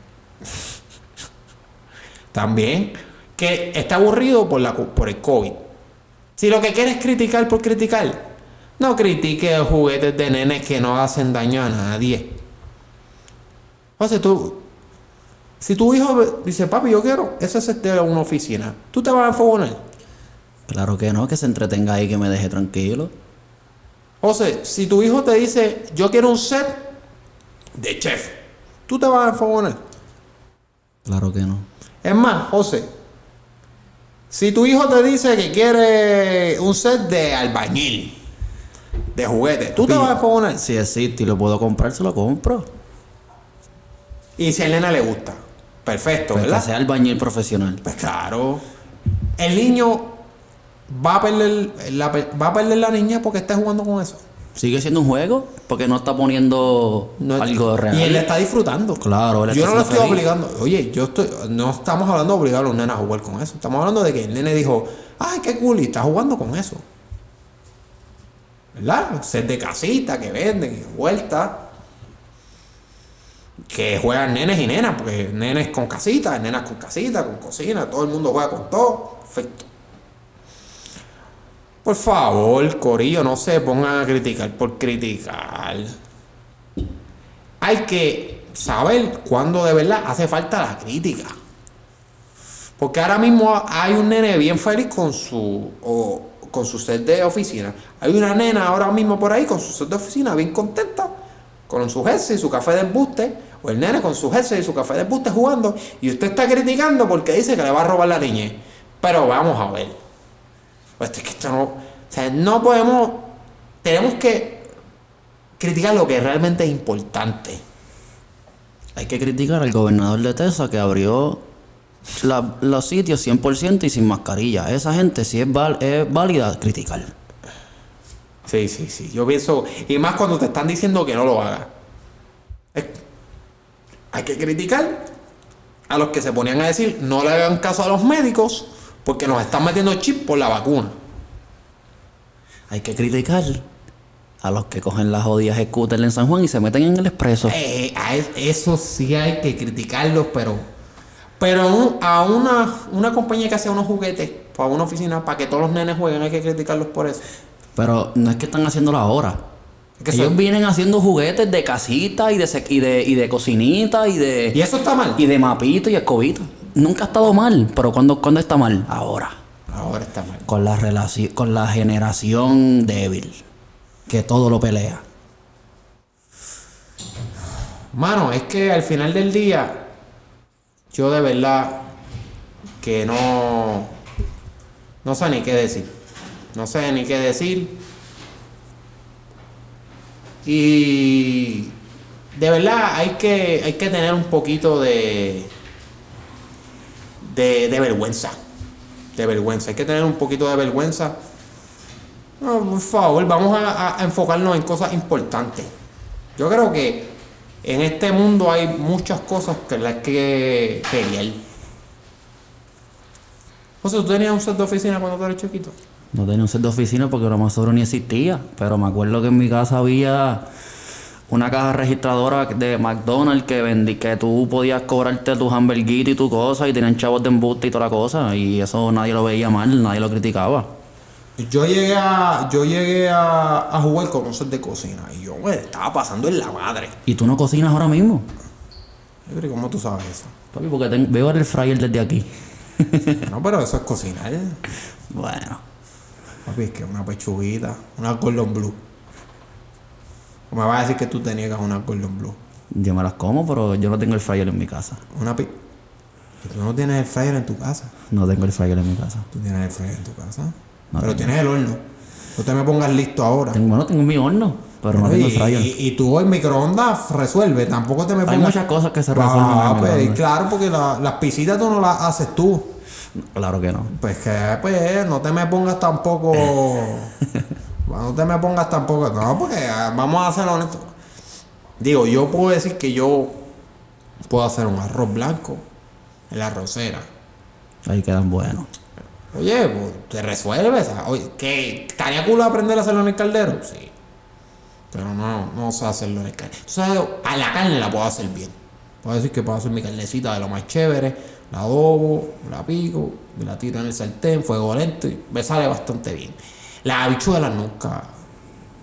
también, que está aburrido por, la, por el COVID. Si lo que quiere es criticar por criticar, No critique juguetes de nenes que no hacen daño a nadie. O sea, tú... Si tu hijo dice, papi, yo quiero ese set de una oficina, ¿tú te vas a enfogonar? Claro que no, que se entretenga ahí, que me deje tranquilo. José, si tu hijo te dice, yo quiero un set de chef, ¿tú te vas a enfogonar? Claro que no. Es más, José, si tu hijo te dice que quiere un set de albañil, de juguetes, ¿tú te vas a enfogonar? Si existe y lo puedo comprar, se lo compro. Y si al nena le gusta, perfecto, Pues ¿verdad? que sea albañil profesional. Pues claro, el niño va a perder la, va a perder la niña porque está jugando con eso. Sigue siendo un juego porque no está poniendo No, algo real. Y él está disfrutando. Claro, él está yo no lo siendo estoy feliz. obligando. Oye, yo estoy, no estamos hablando de obligar a los nenes a jugar con eso. Estamos hablando de que el nene dijo, ay, qué cool, y está jugando con eso. ¿Verdad? Set de casita que venden y vueltas. Que juegan nenes y nenas, porque nenes con casita, nenas con casita, con cocina, todo el mundo juega con todo. Perfecto. Por favor, corillo, no se pongan a criticar por criticar. Hay que saber cuándo de verdad hace falta la crítica. Porque ahora mismo hay un nene bien feliz con su o, con su set de oficina. Hay una nena ahora mismo por ahí con su set de oficina bien contenta, con su jersey y su café de embuste. O el nene con su jersey y su café de embuste jugando. Y usted está criticando porque dice que le va a robar la niñez. Pero vamos a ver. Pues es que esto no... O sea, no podemos... Tenemos que criticar lo que realmente es importante. Hay que criticar al gobernador de Texas que abrió la- los sitios cien por ciento y sin mascarilla. Esa gente, si es, val- es válida, criticar. Sí, sí, sí. Yo pienso... Y más cuando te están diciendo que no lo hagas. Es- hay que criticar a los que se ponían a decir no le hagan caso a los médicos porque nos están metiendo chip por la vacuna. Hay que criticar a los que cogen las jodidas scooters en San Juan y se meten en el expreso. Eh, a es- eso sí hay que criticarlos, pero pero un- a una, una compañía que hace unos juguetes para una oficina para que todos los nenes jueguen hay que criticarlos por eso. Pero no es que están haciéndolo ahora. Es que Ellos eso- vienen haciendo juguetes de casita y de, sec- y de, y de cocinita y de... y eso está mal. Y de mapito y escobito. Nunca ha estado mal, pero ¿cuándo, ¿cuándo está mal? Ahora. Ahora está mal. Con la, relaci- con la generación débil. Que todo lo pelea. Mano, es que al final del día yo de verdad que no no sé ni qué decir. No sé ni qué decir. Y de verdad hay que hay que tener un poquito de de, de vergüenza. De vergüenza. Hay que tener un poquito de vergüenza. No, por favor, vamos a, a enfocarnos en cosas importantes. Yo creo que en este mundo hay muchas cosas que las que pelear. O sea, ¿tú tenías un set de oficina cuando tú eras chiquito? No tenía un set de oficina porque lo más seguro ni existía. Pero me acuerdo que en mi casa había una caja registradora de McDonald's que vendí, que tú podías cobrarte tus hamburguitos y tu cosa y tenían chavos de embuste y toda la cosa. Y eso nadie lo veía mal, nadie lo criticaba. Yo llegué a, yo llegué a, a jugar con un set de cocina y yo me estaba pasando en la madre. ¿Y tú no cocinas ahora mismo? Yo creo, ¿cómo tú sabes eso? Papi, porque ten- veo el fryer desde aquí. No, pero eso es cocinar. Bueno. Papi, es que una pechuguita, una Gordon Blue. O me vas a decir que tú te niegas una Gordon Blue. Yo me las como, pero yo no tengo el fryer en mi casa. Una pi... ¿Y tú no tienes el fryer en tu casa? No tengo el fryer en mi casa. ¿Tú tienes el fryer en tu casa? No pero tengo. tienes el horno. No te me pongas listo ahora. Tengo, bueno, tengo mi horno, pero no Pero tengo y, el fryer. y, y tú el microondas resuelve, tampoco te me pongas... Hay muchas cosas que se resuelven en Ah, el pues, microondas. claro, porque la- las pisitas tú no las haces tú. Claro que no. Pues que, pues, no te me pongas tampoco... no te me pongas tampoco... No, porque ah, vamos a ser honestos. Digo, yo puedo decir que yo puedo hacer un arroz blanco en la arrocera. Ahí quedan buenos. Oye, pues te resuelves. ¿Sabes? Oye, ¿qué? ¿Estaría cool aprender a hacerlo en el caldero? Sí. Pero no, no sé hacerlo en el caldero. Tú sabes, a la carne la puedo hacer bien. Puedo decir que puedo hacer mi carnecita de lo más chévere. La adobo, la pico, me la tiro en el sartén, fuego lento y me sale bastante bien. Las habichuelas nunca,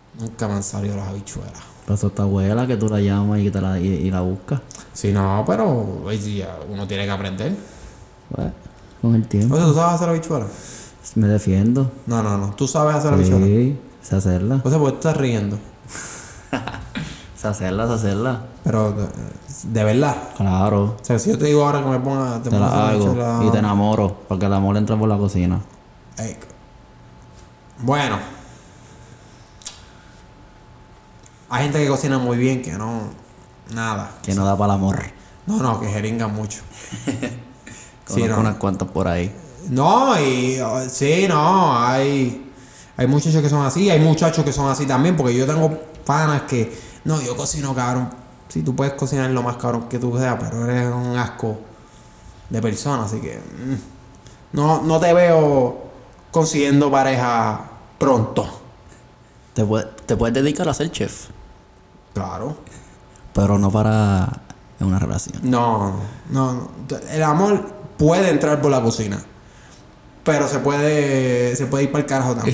Nunca me han salido las habichuelas. Pero eso está abuela que tú la llamas y, te la, y, y la buscas. Sí, no, pero ay, sí, ya, uno tiene que aprender. Pues, con el tiempo. O sea, ¿tú sabes hacer habichuelas? Me defiendo. No, no, no. ¿Tú sabes hacer habichuelas? Sí, sé hacerla. O sea, ¿por qué estás riendo? Sé hacerla, sé hacerla. Pero, de, de verdad. Claro. O sea, si yo te digo ahora que me ponga... Te pongas a la hacer hago habichuelas- y te enamoro. Porque el amor entra por la cocina. Ey. Bueno. Hay gente que cocina muy bien que no... Nada. Que no da para el amor. No, no, que jeringa mucho. Sí, Conozco no. unas cuantas por ahí. No, y... uh, sí, no, hay... Hay muchachos que son así, hay muchachos que son así también, porque yo tengo panas que... No, yo cocino, cabrón. Sí, tú puedes cocinar lo más cabrón que tú seas, pero eres un asco de persona, así que... mm, no, no te veo consiguiendo pareja pronto. Te, puede- te puedes dedicar a ser chef. Claro. Pero no para en una relación. No, no, no. El amor puede entrar por la cocina. Pero se puede. Se puede ir para el carajo también.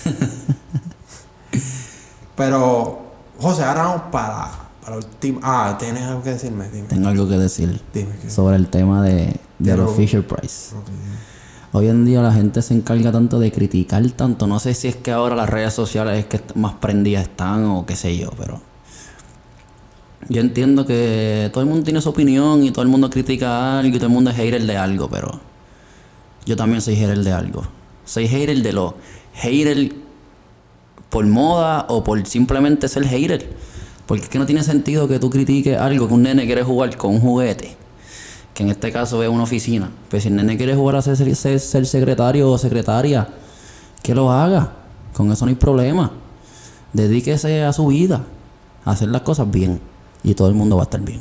Pero, José, ahora vamos para, para el último. Ah, ¿tienes algo que decirme? Dime. Tengo algo que decir Dime que. sobre el tema de, de De los lo- Fisher Price. Ok. Hoy en día la gente se encarga tanto de criticar tanto. No sé si es que ahora las redes sociales es que est- más prendidas están o qué sé yo, pero... Yo entiendo que todo el mundo tiene su opinión y todo el mundo critica algo y todo el mundo es hater de algo, pero... Yo también soy hater de algo. Soy hater de los hater por moda o por simplemente ser hater. Porque es que no tiene sentido que tú critiques algo que un nene quiere jugar con un juguete. Que en este caso es una oficina. Pero si el nene quiere jugar a ser, ser, ser secretario o secretaria, que lo haga. Con eso no hay problema. Dedíquese a su vida, a hacer las cosas bien. Y todo el mundo va a estar bien.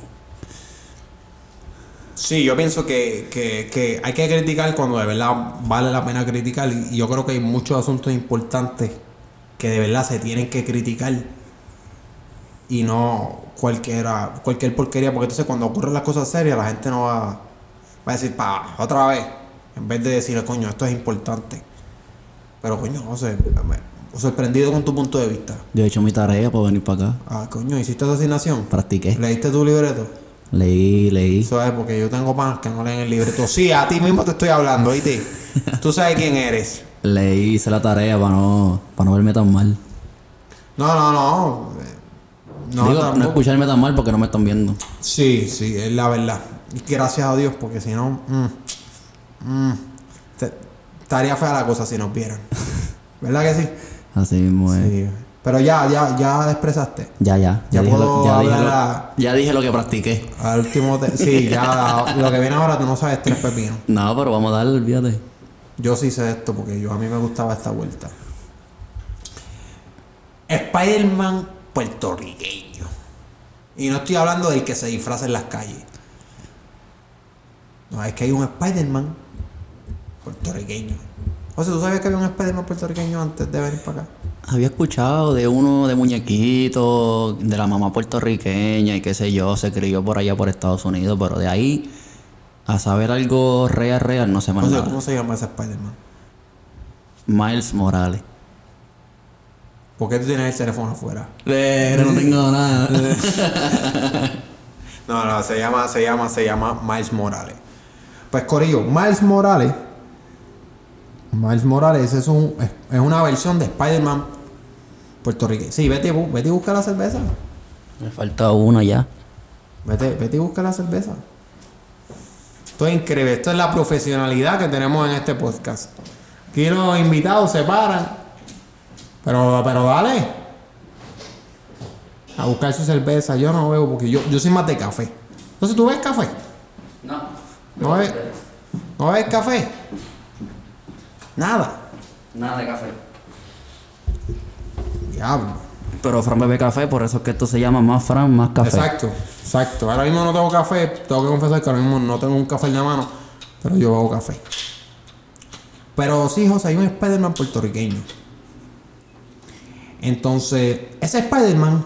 Sí, yo pienso que, que, que hay que criticar cuando de verdad vale la pena criticar. Y, y yo creo que hay muchos asuntos importantes que de verdad se tienen que criticar. Y no cualquiera, cualquier porquería. Porque entonces cuando ocurren las cosas serias, la gente no va, va a decir, pa, otra vez. En vez de decirle, coño, esto es importante. Pero coño, José, me- sorprendido con tu punto de vista. Yo he hecho mi tarea para venir para acá. Ah, coño, ¿hiciste esa asignación? Practiqué. ¿Leíste tu libreto? Leí, leí. Eso es porque yo tengo panas que no leen el libreto. Sí, a ti mismo te estoy hablando, ¿oíste? Tú sabes quién eres. Leí, hice la tarea para no, para no verme tan mal. No, no, no. No, Digo, tampoco. no escucharme tan mal porque no me están viendo. Sí, sí, es la verdad. Y gracias a Dios, porque si no... mm, mm, te- estaría fea la cosa si nos vieran. ¿Verdad que sí? Así mismo es. Sí. Pero ya, ya, ya expresaste. Ya, ya. Ya dije puedo lo, ya, dije hablar lo, a- ya dije lo que practiqué. Al último... te- sí, ya lo que viene ahora tú no sabes tres pepinos. No, pero vamos a darle, olvídate. Yo sí sé esto porque yo a mí me gustaba esta vuelta. Spider-Man puertorriqueño. Y no estoy hablando del que se disfraza en las calles. No, es que hay un Spider-Man puertorriqueño. O sea, ¿tú sabías que había un Spider-Man puertorriqueño antes de venir para acá? Había escuchado de uno de muñequito, de la mamá puertorriqueña y qué sé yo, se crió por allá por Estados Unidos, pero de ahí a saber algo real, real, no sé más O sea, nada. ¿cómo se llama ese Spider-Man? Miles Morales. ¿Por qué tú tienes el teléfono afuera? Pero no tengo nada. No, no, se llama, se llama, se llama Miles Morales. Pues Corillo, Miles Morales. Miles Morales es un es, es una versión de Spider-Man puertorriqueño. Sí, vete, bu- vete y busca la cerveza. Me falta una ya. Vete, vete y busca la cerveza. Esto es increíble. Esto es la profesionalidad que tenemos en este podcast. Aquí los invitados se paran. Pero, pero dale. A buscar su cerveza. Yo no veo porque yo, yo soy más de café. Entonces, ¿tú ves café? No. ¿No ves, ¿no ves café? Nada. Nada de café. Diablo. Pero Fran bebe café, por eso es que esto se llama más Fran, más café. Exacto, exacto. Ahora mismo no tengo café. Tengo que confesar que ahora mismo no tengo un café en la mano. Pero yo bebo café. Pero sí, José, hay un Spider-Man puertorriqueño. Entonces, ese Spider-Man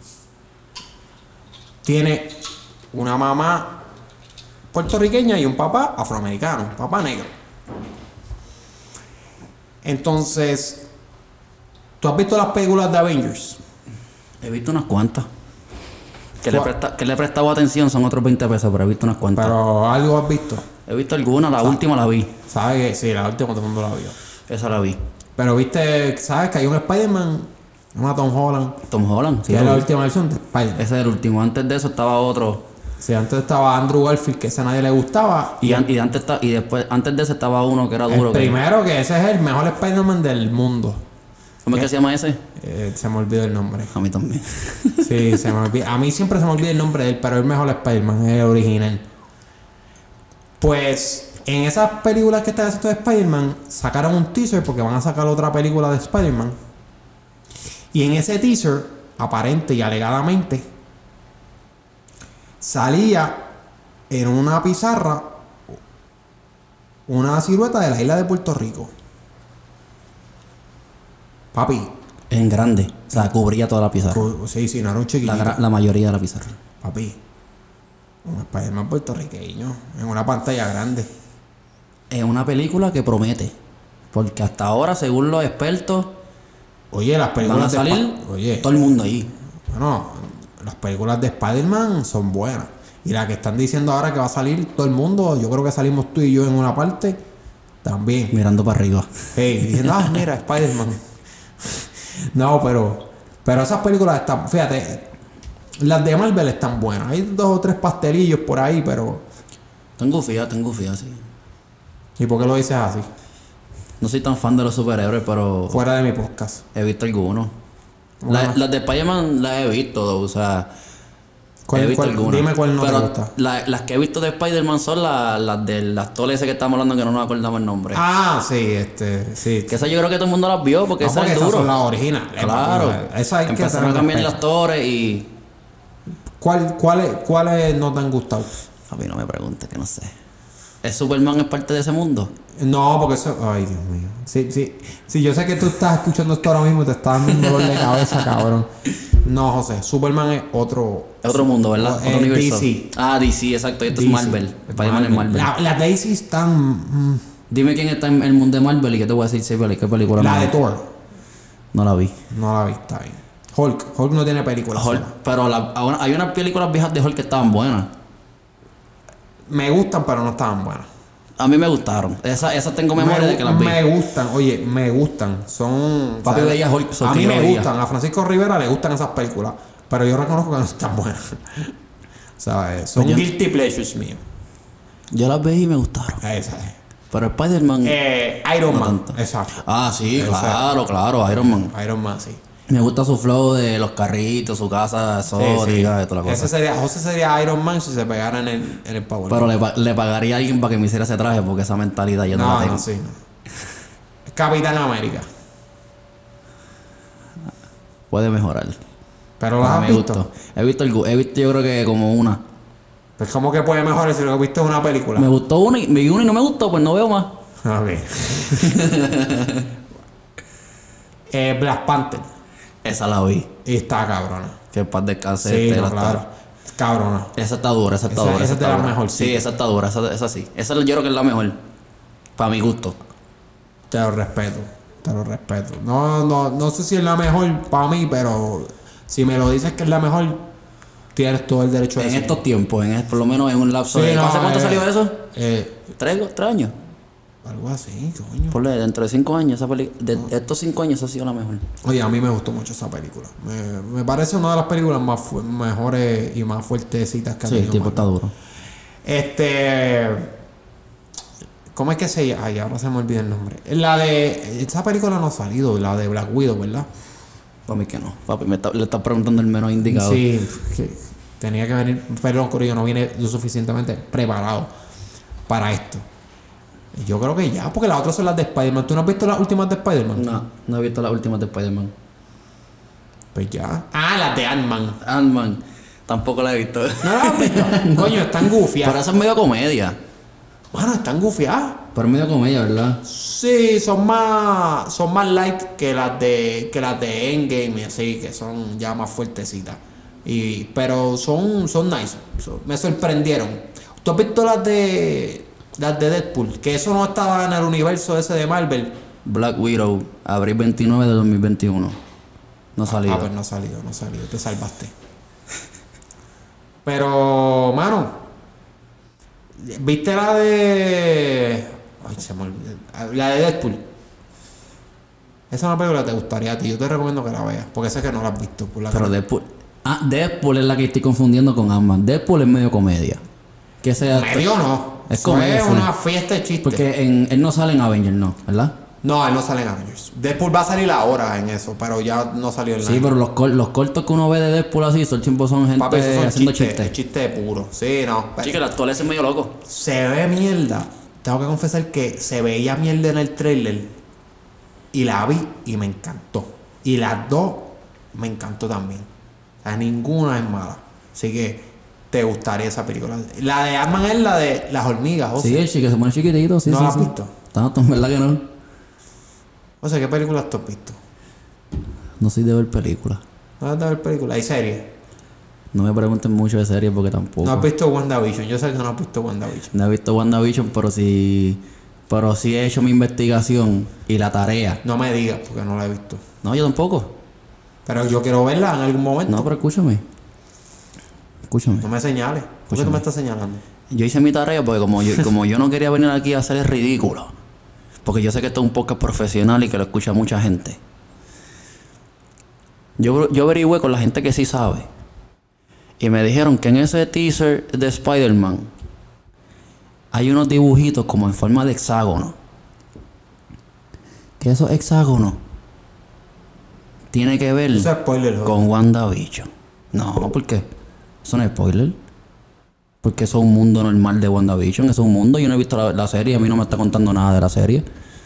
tiene una mamá puertorriqueña y un papá afroamericano, un papá negro. Entonces, ¿Tú has visto las películas de Avengers? He visto unas cuantas. Que le, ¿Cuál? presta, que le he prestado atención son otros veinte pesos, pero he visto unas cuantas. Pero algo has visto. He visto algunas, la última la vi. ¿Sabes que sí, la última todo el mundo la vio? Esa la vi. Pero viste, ¿sabes que hay un Spider-Man? Una Tom Holland. Tom Holland, sí. Que es lo la vi. última versión de Spider-Man. Ese es el último. Antes de eso estaba otro. Sí, antes estaba Andrew Garfield, que ese a nadie le gustaba. Y, an- y antes ta- y después, antes de ese estaba uno que era El duro. que- primero, que ese es el mejor Spider-Man del mundo. ¿Cómo es que se llama ese? Eh, se me olvidó el nombre. A mí también. Sí, se me olvida. A mí siempre se me olvida el nombre de él, pero el mejor Spider-Man, es el original. Pues en esas películas que están haciendo de Spider-Man, sacaron un teaser porque van a sacar otra película de Spider-Man. Y en ese teaser, aparente y alegadamente, salía en una pizarra una silueta de la isla de Puerto Rico. Papi, En grande. O sea, cubría toda la pizarra. cu- sí, sí, no era un La, chiquitito. gra- la mayoría de la pizarra. Papi, un Spider-Man puertorriqueño en una pantalla grande. Es una película que promete. Porque hasta ahora, según los expertos, Oye, las van a películas de salir Sp- Oye, todo el mundo ahí. bueno, las películas de Spider-Man son buenas. Y la que están diciendo ahora que va a salir todo el mundo, yo creo que salimos tú y yo en una parte, también. Mirando para arriba. Hey, diciendo, ah, mira, Spider-Man. No, pero, pero esas películas están, fíjate, las de Marvel están buenas. Hay dos o tres pastelillos por ahí, pero. Tengo fía, tengo fía, sí. ¿Y por qué lo dices así? No soy tan fan de los superhéroes, pero Fuera de mi podcast. he visto algunos. Bueno. La- las de Spider-Man las he visto, o sea, ¿Cuál- he visto cuál- algunas. dime cuál no te pero gusta. la- las que he visto de Spider-Man son la- las del actor ese que estamos hablando que no nos acordamos el nombre. Ah, sí, este, sí. Que esa yo creo que todo el mundo las vio porque No, esa porque es esas duro. son las originales. Claro. papi. Esa hay que Empezaron a tener cambiar los respeto. actores y... ¿Cuál, cuáles, ¿Cuáles no te han gustado? A mí no me pregunte, que no sé. ¿Es Superman es parte de ese mundo? No, porque eso. Ay, Dios mío. Sí, sí. Sí, yo sé que tú estás escuchando esto ahora mismo y te está dando un dolor de cabeza, cabrón. No, José. Superman es otro. Es otro mundo, ¿verdad? Es Otro universo. D C. Ah, D C, exacto. Y esto D es C. Marvel. Spider-Man es Marvel. La- Las Daisy están. mm, Dime quién está en el mundo de Marvel y que te voy a decir si peli- qué película la no de vi. Thor. No la vi. No la vi, está bien. Hulk. Hulk no tiene película. Hulk, sola. pero la- ahora- hay unas películas viejas de Hulk que estaban buenas. Me gustan, pero no estaban buenas. A mí me gustaron. Esas esas tengo memoria me, de que las vi. me gustan, oye, me gustan. Son. Papi ¿sabes? veía Hulk, so A que mí yo me veía. gustan, a Francisco Rivera le gustan esas películas. Pero yo reconozco que no están buenas. ¿Sabes? Son Pues yo- guilty pleasures míos. Yo las vi y me gustaron. Esa es. Pero Spider-Man... Eh, Iron No Man. tanto. Exacto. Ah, sí, Esa- claro, claro. Iron Man. Iron Man, sí. Me gusta su flow de los carritos, su casa Sí, exótica sí. y toda la Ese cosa. sería, José sería Iron Man si se pegara en el, en el Power. Pero le, pa- le pagaría a alguien para que me hiciera ese traje porque esa mentalidad yo no, la no, tengo. no, sí. No. Capitán América. Puede mejorar. Pero las Ah, has me visto. gustó. He visto, el, he visto yo creo que como una. Pues, ¿cómo que puede mejorar si lo viste en una película? Me gustó una y, me vi una y no me gustó, pues no veo más. Ok. eh, Black Panther. Esa la vi. Y está cabrona. Que paz descanse. Sí, este, no, la claro. está- Cabrona. Esa está dura, esa está Esa- dura. esa es de está las dura. mejorcitas. Sí, esa está dura, esa, esa sí. Esa yo creo que es la mejor. Para mi gusto. Te lo respeto. Te lo respeto. No, no, no sé si es la mejor para mí, pero si me lo dices que es la mejor, tienes todo el derecho a En decirlo. estos tiempos, en, por lo menos en un lapso Sí, de... no, ¿Hace cuánto eh, salió eso? Eh, ¿Tres, tres años? algo así, coño. Por dentro de cinco años, esa peli- de estos cinco años esa ha sido la mejor. Oye, a mí me gustó mucho esa película. Me, me parece una de las películas más fu- mejores y más fuertecitas que ha Sí, el tenido tiempo está Marvel. duro. Este. ¿Cómo es que se llama? Ay, ahora se me olvida el nombre. La de. Esa película no ha salido, la de Black Widow, ¿verdad? Para mí que no. Papi, me está- le estás preguntando el menos indicado. Sí, que tenía que venir. Perdón, Corillo, no viene lo suficientemente preparado para esto. Y yo creo que ya, porque las otras son las de Spider-Man. ¿Tú no has visto las últimas de Spider-Man? No, no he visto las últimas de Spider-Man. Pues ya. Ah, las de Ant-Man. Ant-Man, tampoco la he visto. ¿No las has visto? Coño, están gufiadas. Pero esa es medio comedia. Bueno, están gufiadas. Pero es medio comedia, ¿verdad? Sí, son más son más light que las de que las de Endgame y así, que son ya más fuertecitas. Y pero son son nice. So- me sorprendieron. ¿Tú has visto las de las de Deadpool? Que eso no estaba en el universo ese de Marvel, Black Widow, abril veintinueve de dos mil veintiuno. No ha salido. Ah, pues no ha salido, no ha salido. Te salvaste. Pero, mano, ¿viste la de... Ay, se me olvidó. La de Deadpool. Esa es una película que te gustaría a ti. Yo te recomiendo que la veas. Porque sé que no la has visto. Por la Pero cara. Deadpool... Ah, Deadpool es la que estoy confundiendo con Ant-Man. Deadpool es medio comedia. Que sea... Medio no. Es Eso comedia, es full. una fiesta de chistes. Porque en, él no sale en Avengers, ¿no? ¿Verdad? No, él no sale en Avengers. Deadpool va a salir ahora en eso, pero ya no salió en Sí, pero los, cor- los cortos que uno ve de Deadpool así, son siempre son gente Papi, esos son haciendo chistes, chistes. chistes puro. Sí, no. Sí, que el actor ese es medio loco. Se ve mierda. Tengo que confesar que se veía mierda en el trailer. Y la vi y me encantó. Y las dos me encantó también. O sea, ninguna es mala. Así que te gustaría esa película. La de Ant-Man es la de las hormigas, o Sí, sea. el chique se pone chiquitito, sí, ¿No sí, la has sí. visto? No, en verdad que no. O sea, ¿qué películas tú has visto? No soy de ver películas. ¿No has de ver películas? ¿Hay series? No me pregunten mucho de series porque tampoco. ¿No has visto WandaVision? Yo sé que no has visto WandaVision. No he visto WandaVision, pero sí... Pero sí he hecho mi investigación y la tarea. No me digas, porque no la he visto. No, yo tampoco. Pero yo quiero verla en algún momento. No, pero escúchame. Escúchame. No me señales. ¿Por qué tú Escúchame. me estás señalando? Yo hice mi tarea porque como yo, como yo no quería venir aquí a hacer el ridículo. Porque yo sé que esto es un podcast profesional y que lo escucha mucha gente. Yo, yo averigüé con la gente que sí sabe. Y me dijeron que en ese teaser de Spider-Man hay unos dibujitos como en forma de hexágono. Que esos hexágonos tiene que ver Eso es spoiler, joder. con WandaVision. No, ¿por qué? Eso no es spoiler. Porque eso es un mundo normal de WandaVision. Eso es un mundo. Yo no he visto la, la serie. A mí no me está contando nada de la serie.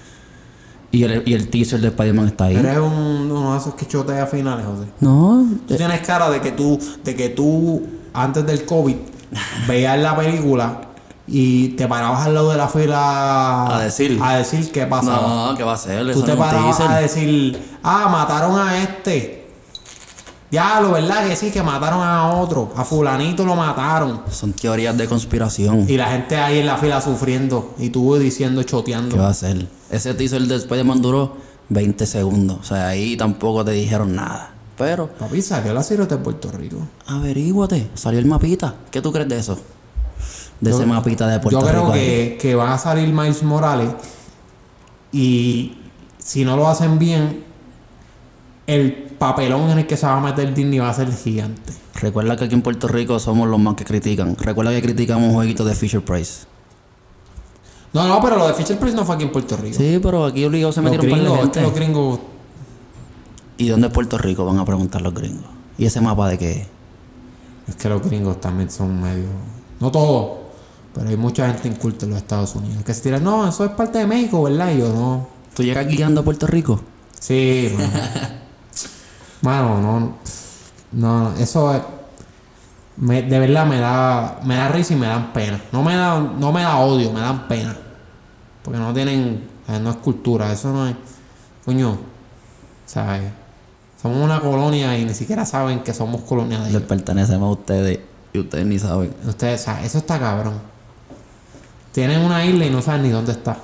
Y el, y el teaser de Spider-Man está ahí. Eres un, uno de esos que chotea finales, José. No. Tú eh, tienes cara de que tú, de que tú, antes del COVID, veías la película y te parabas al lado de la fila A decir. a decir qué pasaba. no, ¿qué va a ser? Tú Eso te no es un parabas teaser. a decir, ah, mataron a este. Ya, lo verdad que sí, que mataron a otro. A fulanito lo mataron. Son teorías de conspiración. Y la gente ahí en la fila sufriendo. Y tú diciendo, choteando. ¿Qué va a ser? Ese teaser de Spider-Man duró veinte segundos. O sea, ahí tampoco te dijeron nada. Pero, Papi, salió la silueta de Puerto Rico. averíguate. Salió el mapita. ¿Qué tú crees de eso? De Yo- ese mapita de Puerto Yo creo Rico. ahí. que, que van a salir Miles Morales. Y si no lo hacen bien, el papelón en el que se va a meter Disney va a ser gigante. Recuerda que aquí en Puerto Rico somos los más que critican. Recuerda que criticamos jueguitos de Fisher Price. No, no, pero lo de Fisher Price no fue aquí en Puerto Rico. Sí, pero aquí obligado se los metieron par de gringos, es que gente. los gringos. ¿Y dónde es Puerto Rico? Van a preguntar los gringos. ¿Y ese mapa de qué es? Es que los gringos también son medio. No todos, pero hay mucha gente inculta en los Estados Unidos. Que se tiran, no, eso es parte de México, ¿verdad? Y yo no. ¿Tú llegas guiando a Puerto Rico? Sí, mano. Mano, no. No, eso es. Me, de verdad me da. Me da risa y me dan pena. No me da, no me da odio, me dan pena. Porque no tienen. O sea, no es cultura, eso no es. Coño. ¿Sabes? Somos una colonia y ni siquiera saben que somos colonia de Les ellos. pertenecemos a ustedes y ustedes ni saben. Ustedes saben, eso está cabrón. Tienen una isla y no saben ni dónde está.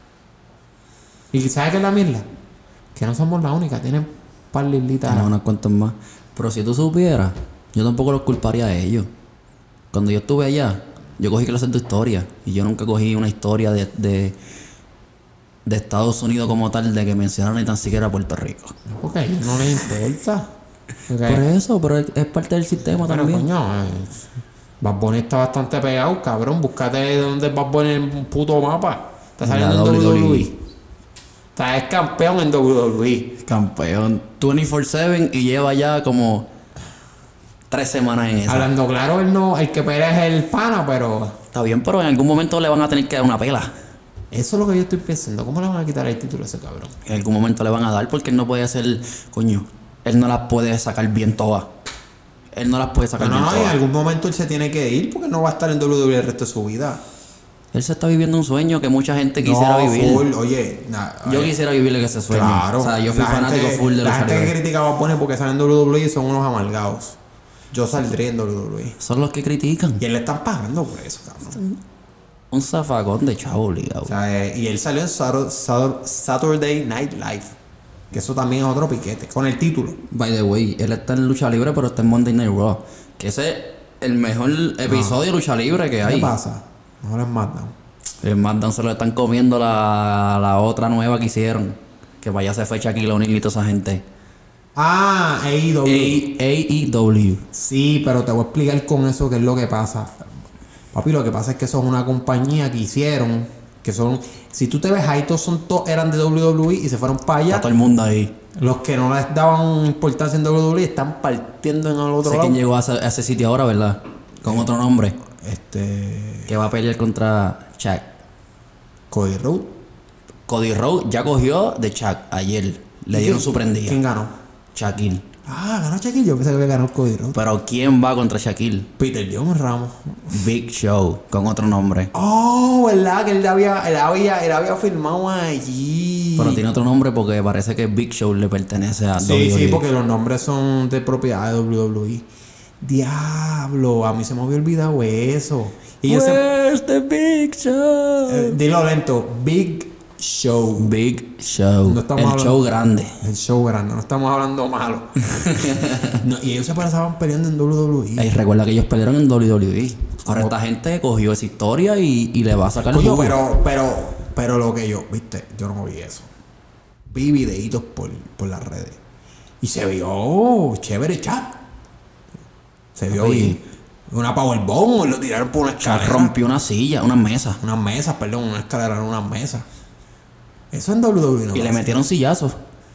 ¿Y sabes qué es la isla? Que no somos la única, tienen un par de islitas. Tenemos unas cuantas más. Pero si tú supieras, yo tampoco los culparía a ellos. Cuando yo estuve allá, yo cogí clases de historia. Y yo nunca cogí una historia de, de, de Estados Unidos como tal, de que mencionaran ni tan siquiera a Puerto Rico. Porque a ellos no les importa. Por Okay. eso, pero es, es parte del sistema Pero también. coño, eh, Bad Bunny está bastante pegado, cabrón. Búscate de dónde Bad Bunny en un puto mapa. Está En saliendo la en W W E. W W E. Está es campeón en W W E. Campeón veinticuatro siete y lleva ya como tres semanas en eso. Hablando claro, él no, el que pelea es el pana, pero Está bien, pero en algún momento le van a tener que dar una pela. eso es lo que yo estoy pensando. ¿Cómo le van a quitar el título a ese cabrón? En algún momento le van a dar porque él no puede hacer, coño, él no las puede sacar bien todas. Él no las puede sacar No, no, bien no, en todas. algún momento él se tiene que ir porque no va a estar en W W E el resto de su vida. Él se está viviendo un sueño que mucha gente quisiera no, vivir. Full, oye, na- Yo oye, quisiera vivir ese sueño. claro. O sea, yo fui La fanático gente- full de La los gente que libres. critica a Bad Bunny porque salen en W W E son unos amargados. Yo saldría en W W E. Son los que critican. Y él le están pagando por eso, cabrón. un zafacón de chavo obligado. O sea, eh, y él salió en Satur- Satur- Saturday Night Live. Que eso también es otro piquete. Con el título. By the way, él está en lucha libre, pero está en Monday Night Raw. Que ese es el mejor episodio de lucha libre que hay. ¿Qué pasa? Mejor es SmackDown. El SmackDown se lo están comiendo la, la otra nueva que hicieron. Que vaya se fue Shaquille O'Neal y toda esa gente. Ah, A E W. A E W. Sí, pero te voy a explicar con eso qué es lo que pasa. Papi, lo que pasa es que eso es una compañía que hicieron, que son, si tú te ves ahí, todos son todos eran de W W E y se fueron para allá. Está todo el mundo ahí. Los que no les daban importancia en W W E están partiendo en el otro Sé lado. quién llegó a ese, a ese sitio ahora, ¿verdad? Con otro nombre. Este, Que va a pelear contra Shaq. Cody Rhodes. Cody Rhodes ya cogió de Shaq ayer. Le ¿Y dieron quién- su prendida. ¿Quién ganó? Shaquille. Ah, ganó Shaquille. Yo pensé que había ganado Cody Rhodes. Pero ¿quién va contra Shaquille? Peter John Ramos. Big Show, con otro nombre. Oh, ¿verdad? Que él había, él había, él había filmado allí. Pero tiene otro nombre porque parece que Big Show le pertenece a Sí, W W E. sí, porque los nombres son de propiedad de W W E. Diablo, a mí se me había olvidado eso. Y yo se, Where's the Big Show? eh, dilo lento, Big Show. Big Show. No estamos el hablando- show grande. El show grande, no estamos hablando malo. No, y ellos se pasaban peleando en W W E. Y recuerda que ellos pelearon en W W E. Ahora esta gente cogió esa historia y, y le va a sacar el Coño, jugo. pero, pero, pero lo que yo, viste, yo no vi eso. Vi videitos por, por las redes. Y se vio chévere, chat. Se vio Papi. bien. Una powerbomb, lo tiraron por una Shaq escalera. rompió una silla, una mesa. Unas mesas, perdón, una escalera en unas mesas. Eso en W W E no Y le pasa. metieron sillazos.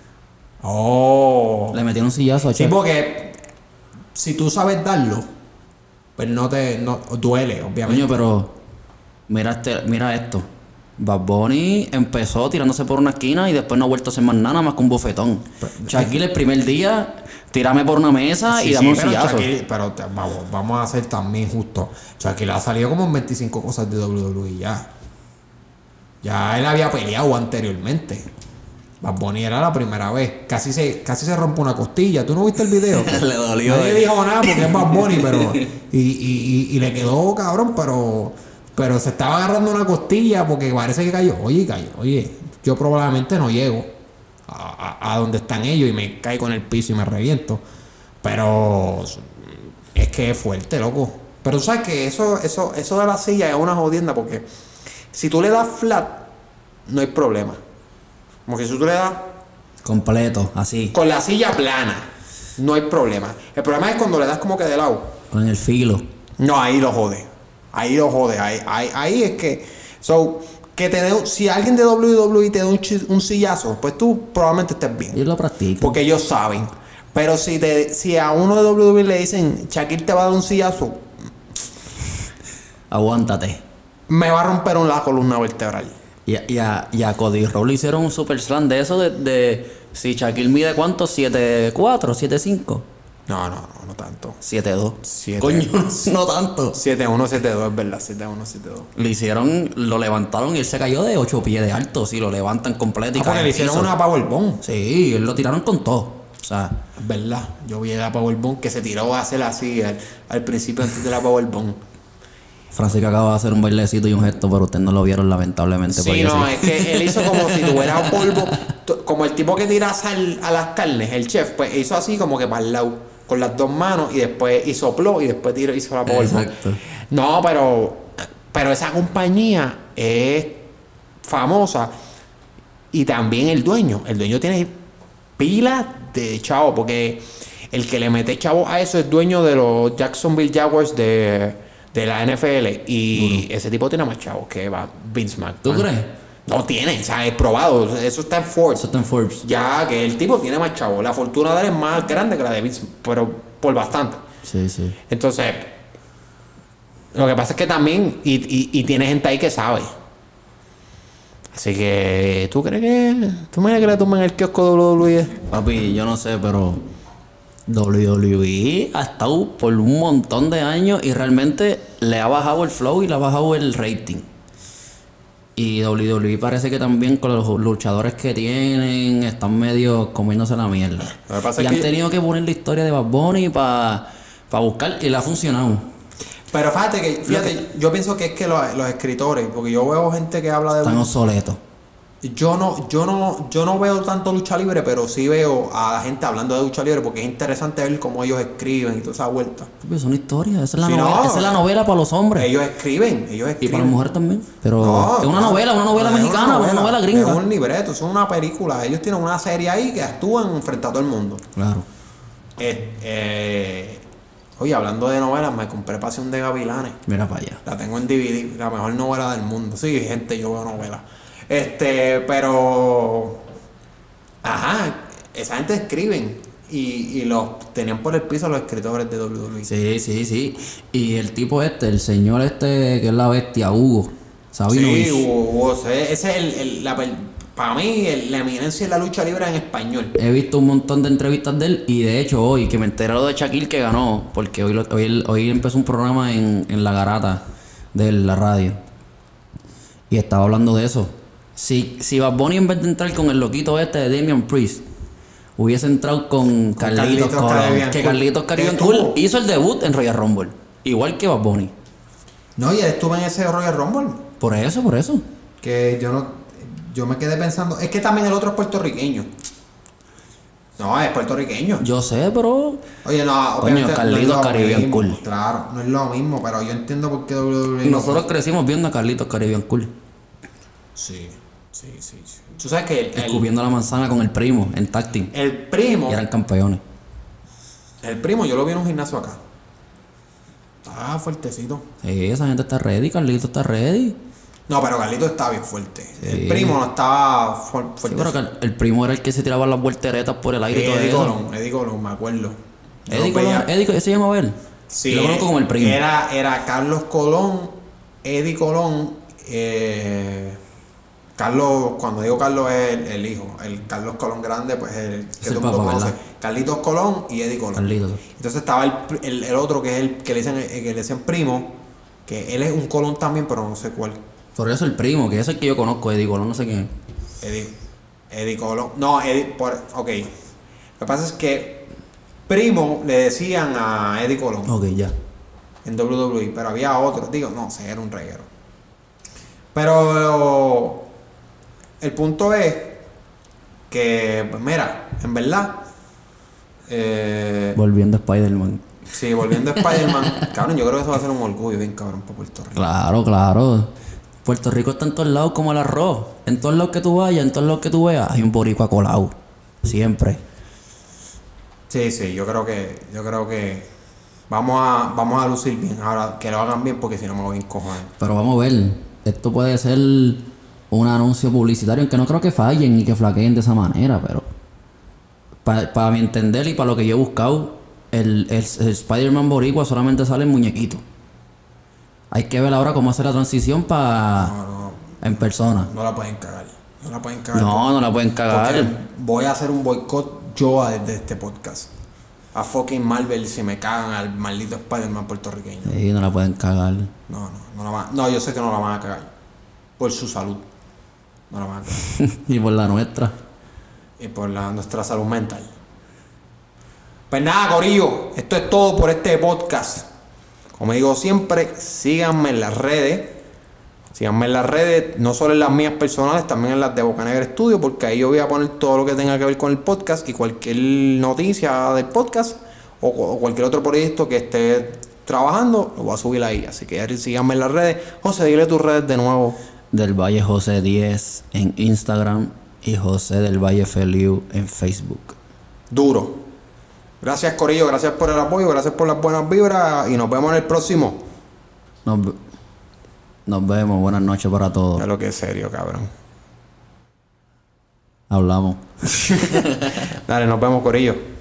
Oh. Le metieron sillazos a Sí, Shaq. porque si tú sabes darlo, pues no te no, duele, obviamente. Coño, pero mira este, mira esto. Bad Bunny empezó tirándose por una esquina y después no ha vuelto a hacer más nada más que un bofetón. Shaquille el primer día, tírame por una mesa Sí, y dame sí, un pero sillazo. Shaquille- pero te- vamos, vamos a ser también justos. Shaquille ha salido como en veinticinco cosas de W W E ya. Ya él había peleado anteriormente. Bad Bunny era la primera vez. Casi se, casi se rompe una costilla. ¿Tú no viste el video? Le dolió. Nadie eh. dijo nada porque es Bad Bunny, pero... Y, y, y, y le quedó cabrón, pero... Pero se estaba agarrando una costilla porque parece que cayó. Oye, cayó. Oye, yo probablemente no llego a, a, a donde están ellos y me caigo en el piso y me reviento. Pero es que es fuerte, loco. Pero tú sabes que eso, eso, eso de la silla es una jodienda porque si tú le das flat, no hay problema. Como que si tú le das Completo, así. con la silla plana, no hay problema. El problema es cuando le das como que de lado. Con el filo. No, ahí lo jode. Ahí lo jode. Ahí, ahí, ahí es que. So, que te dé un- si alguien de W W E te da un, chi- un sillazo, pues tú probablemente estés bien. Ellos lo practican. Porque ellos saben. Pero si te si a uno de W W E le dicen, Shaquille te va a dar un sillazo, Aguántate. me va a romper la columna vertebral. Y a, y a, y a Cody Rhodes le hicieron un super slam de eso de, de si Shaquille mide cuánto, siete cuatro, siete cinco, No, no, no, no tanto. siete dos. Siete. Coño, no tanto. siete uno, siete dos, es verdad. siete uno, siete dos. Le hicieron, lo levantaron y él se cayó de ocho pies de alto. Si lo levantan completo y Ah, porque cae le al hicieron piso. una powerbomb. Sí, él lo tiraron con todo. O sea, Es verdad. Yo vi la powerbomb que se tiró a hacer así al, al principio antes de la powerbomb. Francisco acaba de hacer un bailecito y un gesto, pero ustedes no lo vieron lamentablemente. Sí, porque no, sí. es que él hizo como si tuviera polvo, t- como el tipo que tira sal a las carnes, el chef, pues hizo así como que para el lado, con las dos manos, y después hizo sopló y después tiró, hizo la powerbomb. Exacto. No, pero, pero esa compañía es famosa y también el dueño. El dueño tiene pilas de chavo, porque el que le mete chavo a eso es dueño de los Jacksonville Jaguars de, de la N F L. Y ese tipo tiene más chavos que va Vince McMahon. ¿Tú crees? No tiene, o sea, es probado. Eso está en Forbes. Eso está en Forbes. Ya que el tipo tiene más chavos. La fortuna de él es más grande que la de Vince, pero por bastante. Sí, sí. Entonces, lo que pasa es que también, y, y, y tiene gente ahí que sabe. Así que, ¿tú crees que, tú me crees que le tumben el kiosco de W W E? Papi, yo no sé, pero W W E ha estado por un montón de años y realmente le ha bajado el flow y le ha bajado el rating. Y W W E parece que también con los luchadores que tienen están medio comiéndose la mierda. Lo que pasa Y es han que- tenido que poner la historia de Bad Bunny para buscar y le ha funcionado. Pero fíjate que, fíjate, yo pienso que es que los, los escritores, porque yo veo gente que habla de... Están obsoletos. Yo no, yo no, yo no veo tanto lucha libre, pero sí veo a la gente hablando de lucha libre porque es interesante ver cómo ellos escriben y toda esa vuelta. Es una historia, esa es la, Sí, novela, no, esa es la novela para los hombres. Ellos escriben, ellos Y escriben. para las mujeres también. Pero No, es una no, novela, una novela no es mexicana, una novela, gringa. Es un libreto, es una película. Ellos tienen una serie ahí que actúan frente a todo el mundo. Claro. Eh, eh, oye, hablando de novelas, me compré Pasión de Gavilanes. Mira para allá. La tengo en D V D, la mejor novela del mundo. Sí, gente, yo veo novelas. Este, pero... Ajá, esa gente escriben. Y, y los tenían por el piso los escritores de W W E. Sí, sí, sí. Y el tipo este, el señor este que es la bestia, Hugo Sabinovich. Sí, Hugo, Hugo, ese es el, el- la, para mí el- la eminencia de la lucha libre en español. He visto un montón de entrevistas de él y de hecho hoy que me enteré lo de Shaquille que ganó, porque hoy, lo- hoy, hoy empezó un programa en, en La Garata de la radio y estaba hablando de eso. Si, si Bad Bunny en vez de entrar con el loquito este de Damian Priest hubiese entrado con Carlitos, Carlitos Colón, Caribbean que Cool. Carlitos Caribbean Estuvo. Cool hizo el debut en Royal Rumble, igual que Bad Bunny. No, y él estuvo en ese Royal Rumble. Por eso, por eso. Que yo no. Yo me quedé pensando. Es que también el otro es puertorriqueño. No, es puertorriqueño. Yo sé, pero Oye, no, Coño, obviamente Carlitos no es lo Caribbean mismo. Cool. Claro, no es lo mismo, pero yo entiendo por qué W W E. no nosotros fue. crecimos viendo a Carlitos Caribbean Cool, Sí, sí, sí, sí. Tú sabes que el, el, escupiendo la manzana con el primo en tag team el primo. y eran campeones. El primo, yo lo vi en un gimnasio acá. Estaba fuertecito. Sí, esa gente está ready, Carlitos está ready. No, pero Carlito estaba bien fuerte. Sí. El primo no estaba fu- Sí, fuerte. pero Car- el primo era el que se tiraba las volteretas por el aire y todo Eddie eso. Colón, Eddie Colón, me acuerdo. Yo Eddie lo Colón, veía- Eddie, ese se llama él. Sí, Yo lo conozco como el primo. Era, era Carlos Colón, Eddie Colón, eh, Carlos, cuando digo Carlos es el, el hijo, el Carlos Colón grande, pues el que Es todo el el mundo papá, conoce. ¿verdad? Carlitos Colón y Eddie Colón. Carlitos. Entonces estaba el, pr- el, el otro que es el que le dicen, el que le dicen primo, que él es un Colón también, pero no sé cuál. Por eso el primo, que es el que yo conozco, Eddie Colón, no sé quién es. Eddie, Eddie Colón. No, Eddie, por, ok. Lo que pasa es que primo le decían a Eddie Colón. Ok, ya. En W W E, pero había otro, digo, no sé, era un reguero. Pero el punto es que, pues mira, en verdad, eh, Volviendo a Spider-Man. sí, volviendo a Spider-Man, cabrón, yo creo que eso va a ser un orgullo bien cabrón para Puerto Rico. Claro, claro. Puerto Rico está en todos lados como el arroz. En todos lados que tú vayas, en todos lados que tú veas, hay un boricua colado. Siempre. Sí, sí, yo creo que, yo creo que vamos a, vamos a lucir bien. Ahora, que lo hagan bien porque si no me voy a encojonar. Pero vamos a ver, esto puede ser un anuncio publicitario, aunque no creo que fallen ni que flaqueen de esa manera, pero para mi entender y para lo que yo he buscado, el, el, el Spider-Man boricua solamente sale en muñequito. Hay que ver ahora cómo hacer la transición para No, no, en persona. no la pueden cagar. No la pueden cagar. No, no la pueden Porque cagar. voy a hacer un boicot yo a- desde este podcast. A fucking Marvel si me cagan al maldito Spider-Man puertorriqueño. Sí, no la pueden cagar. No, no, no la van. No, yo sé que no la van a cagar. Por su salud. No la van a cagar. Y por la nuestra. Y por la, nuestra salud mental. Pues nada, Corillo. Esto es todo por este podcast. Como digo siempre, síganme en las redes. Síganme en las redes, no solo en las mías personales, también en las de Bocanegra Studio, porque ahí yo voy a poner todo lo que tenga que ver con el podcast y cualquier noticia del podcast o, o cualquier otro proyecto que esté trabajando, lo voy a subir ahí. Así que síganme en las redes. José, dile tus redes de nuevo. Del Valle José diez en Instagram y José del Valle Feliu en Facebook. Duro. Gracias, Corillo, gracias por el apoyo, gracias por las buenas vibras y nos vemos en el próximo. Nos, ve- nos vemos. Buenas noches para todos. Ya lo que es serio, cabrón. Hablamos. Dale, nos vemos, Corillo.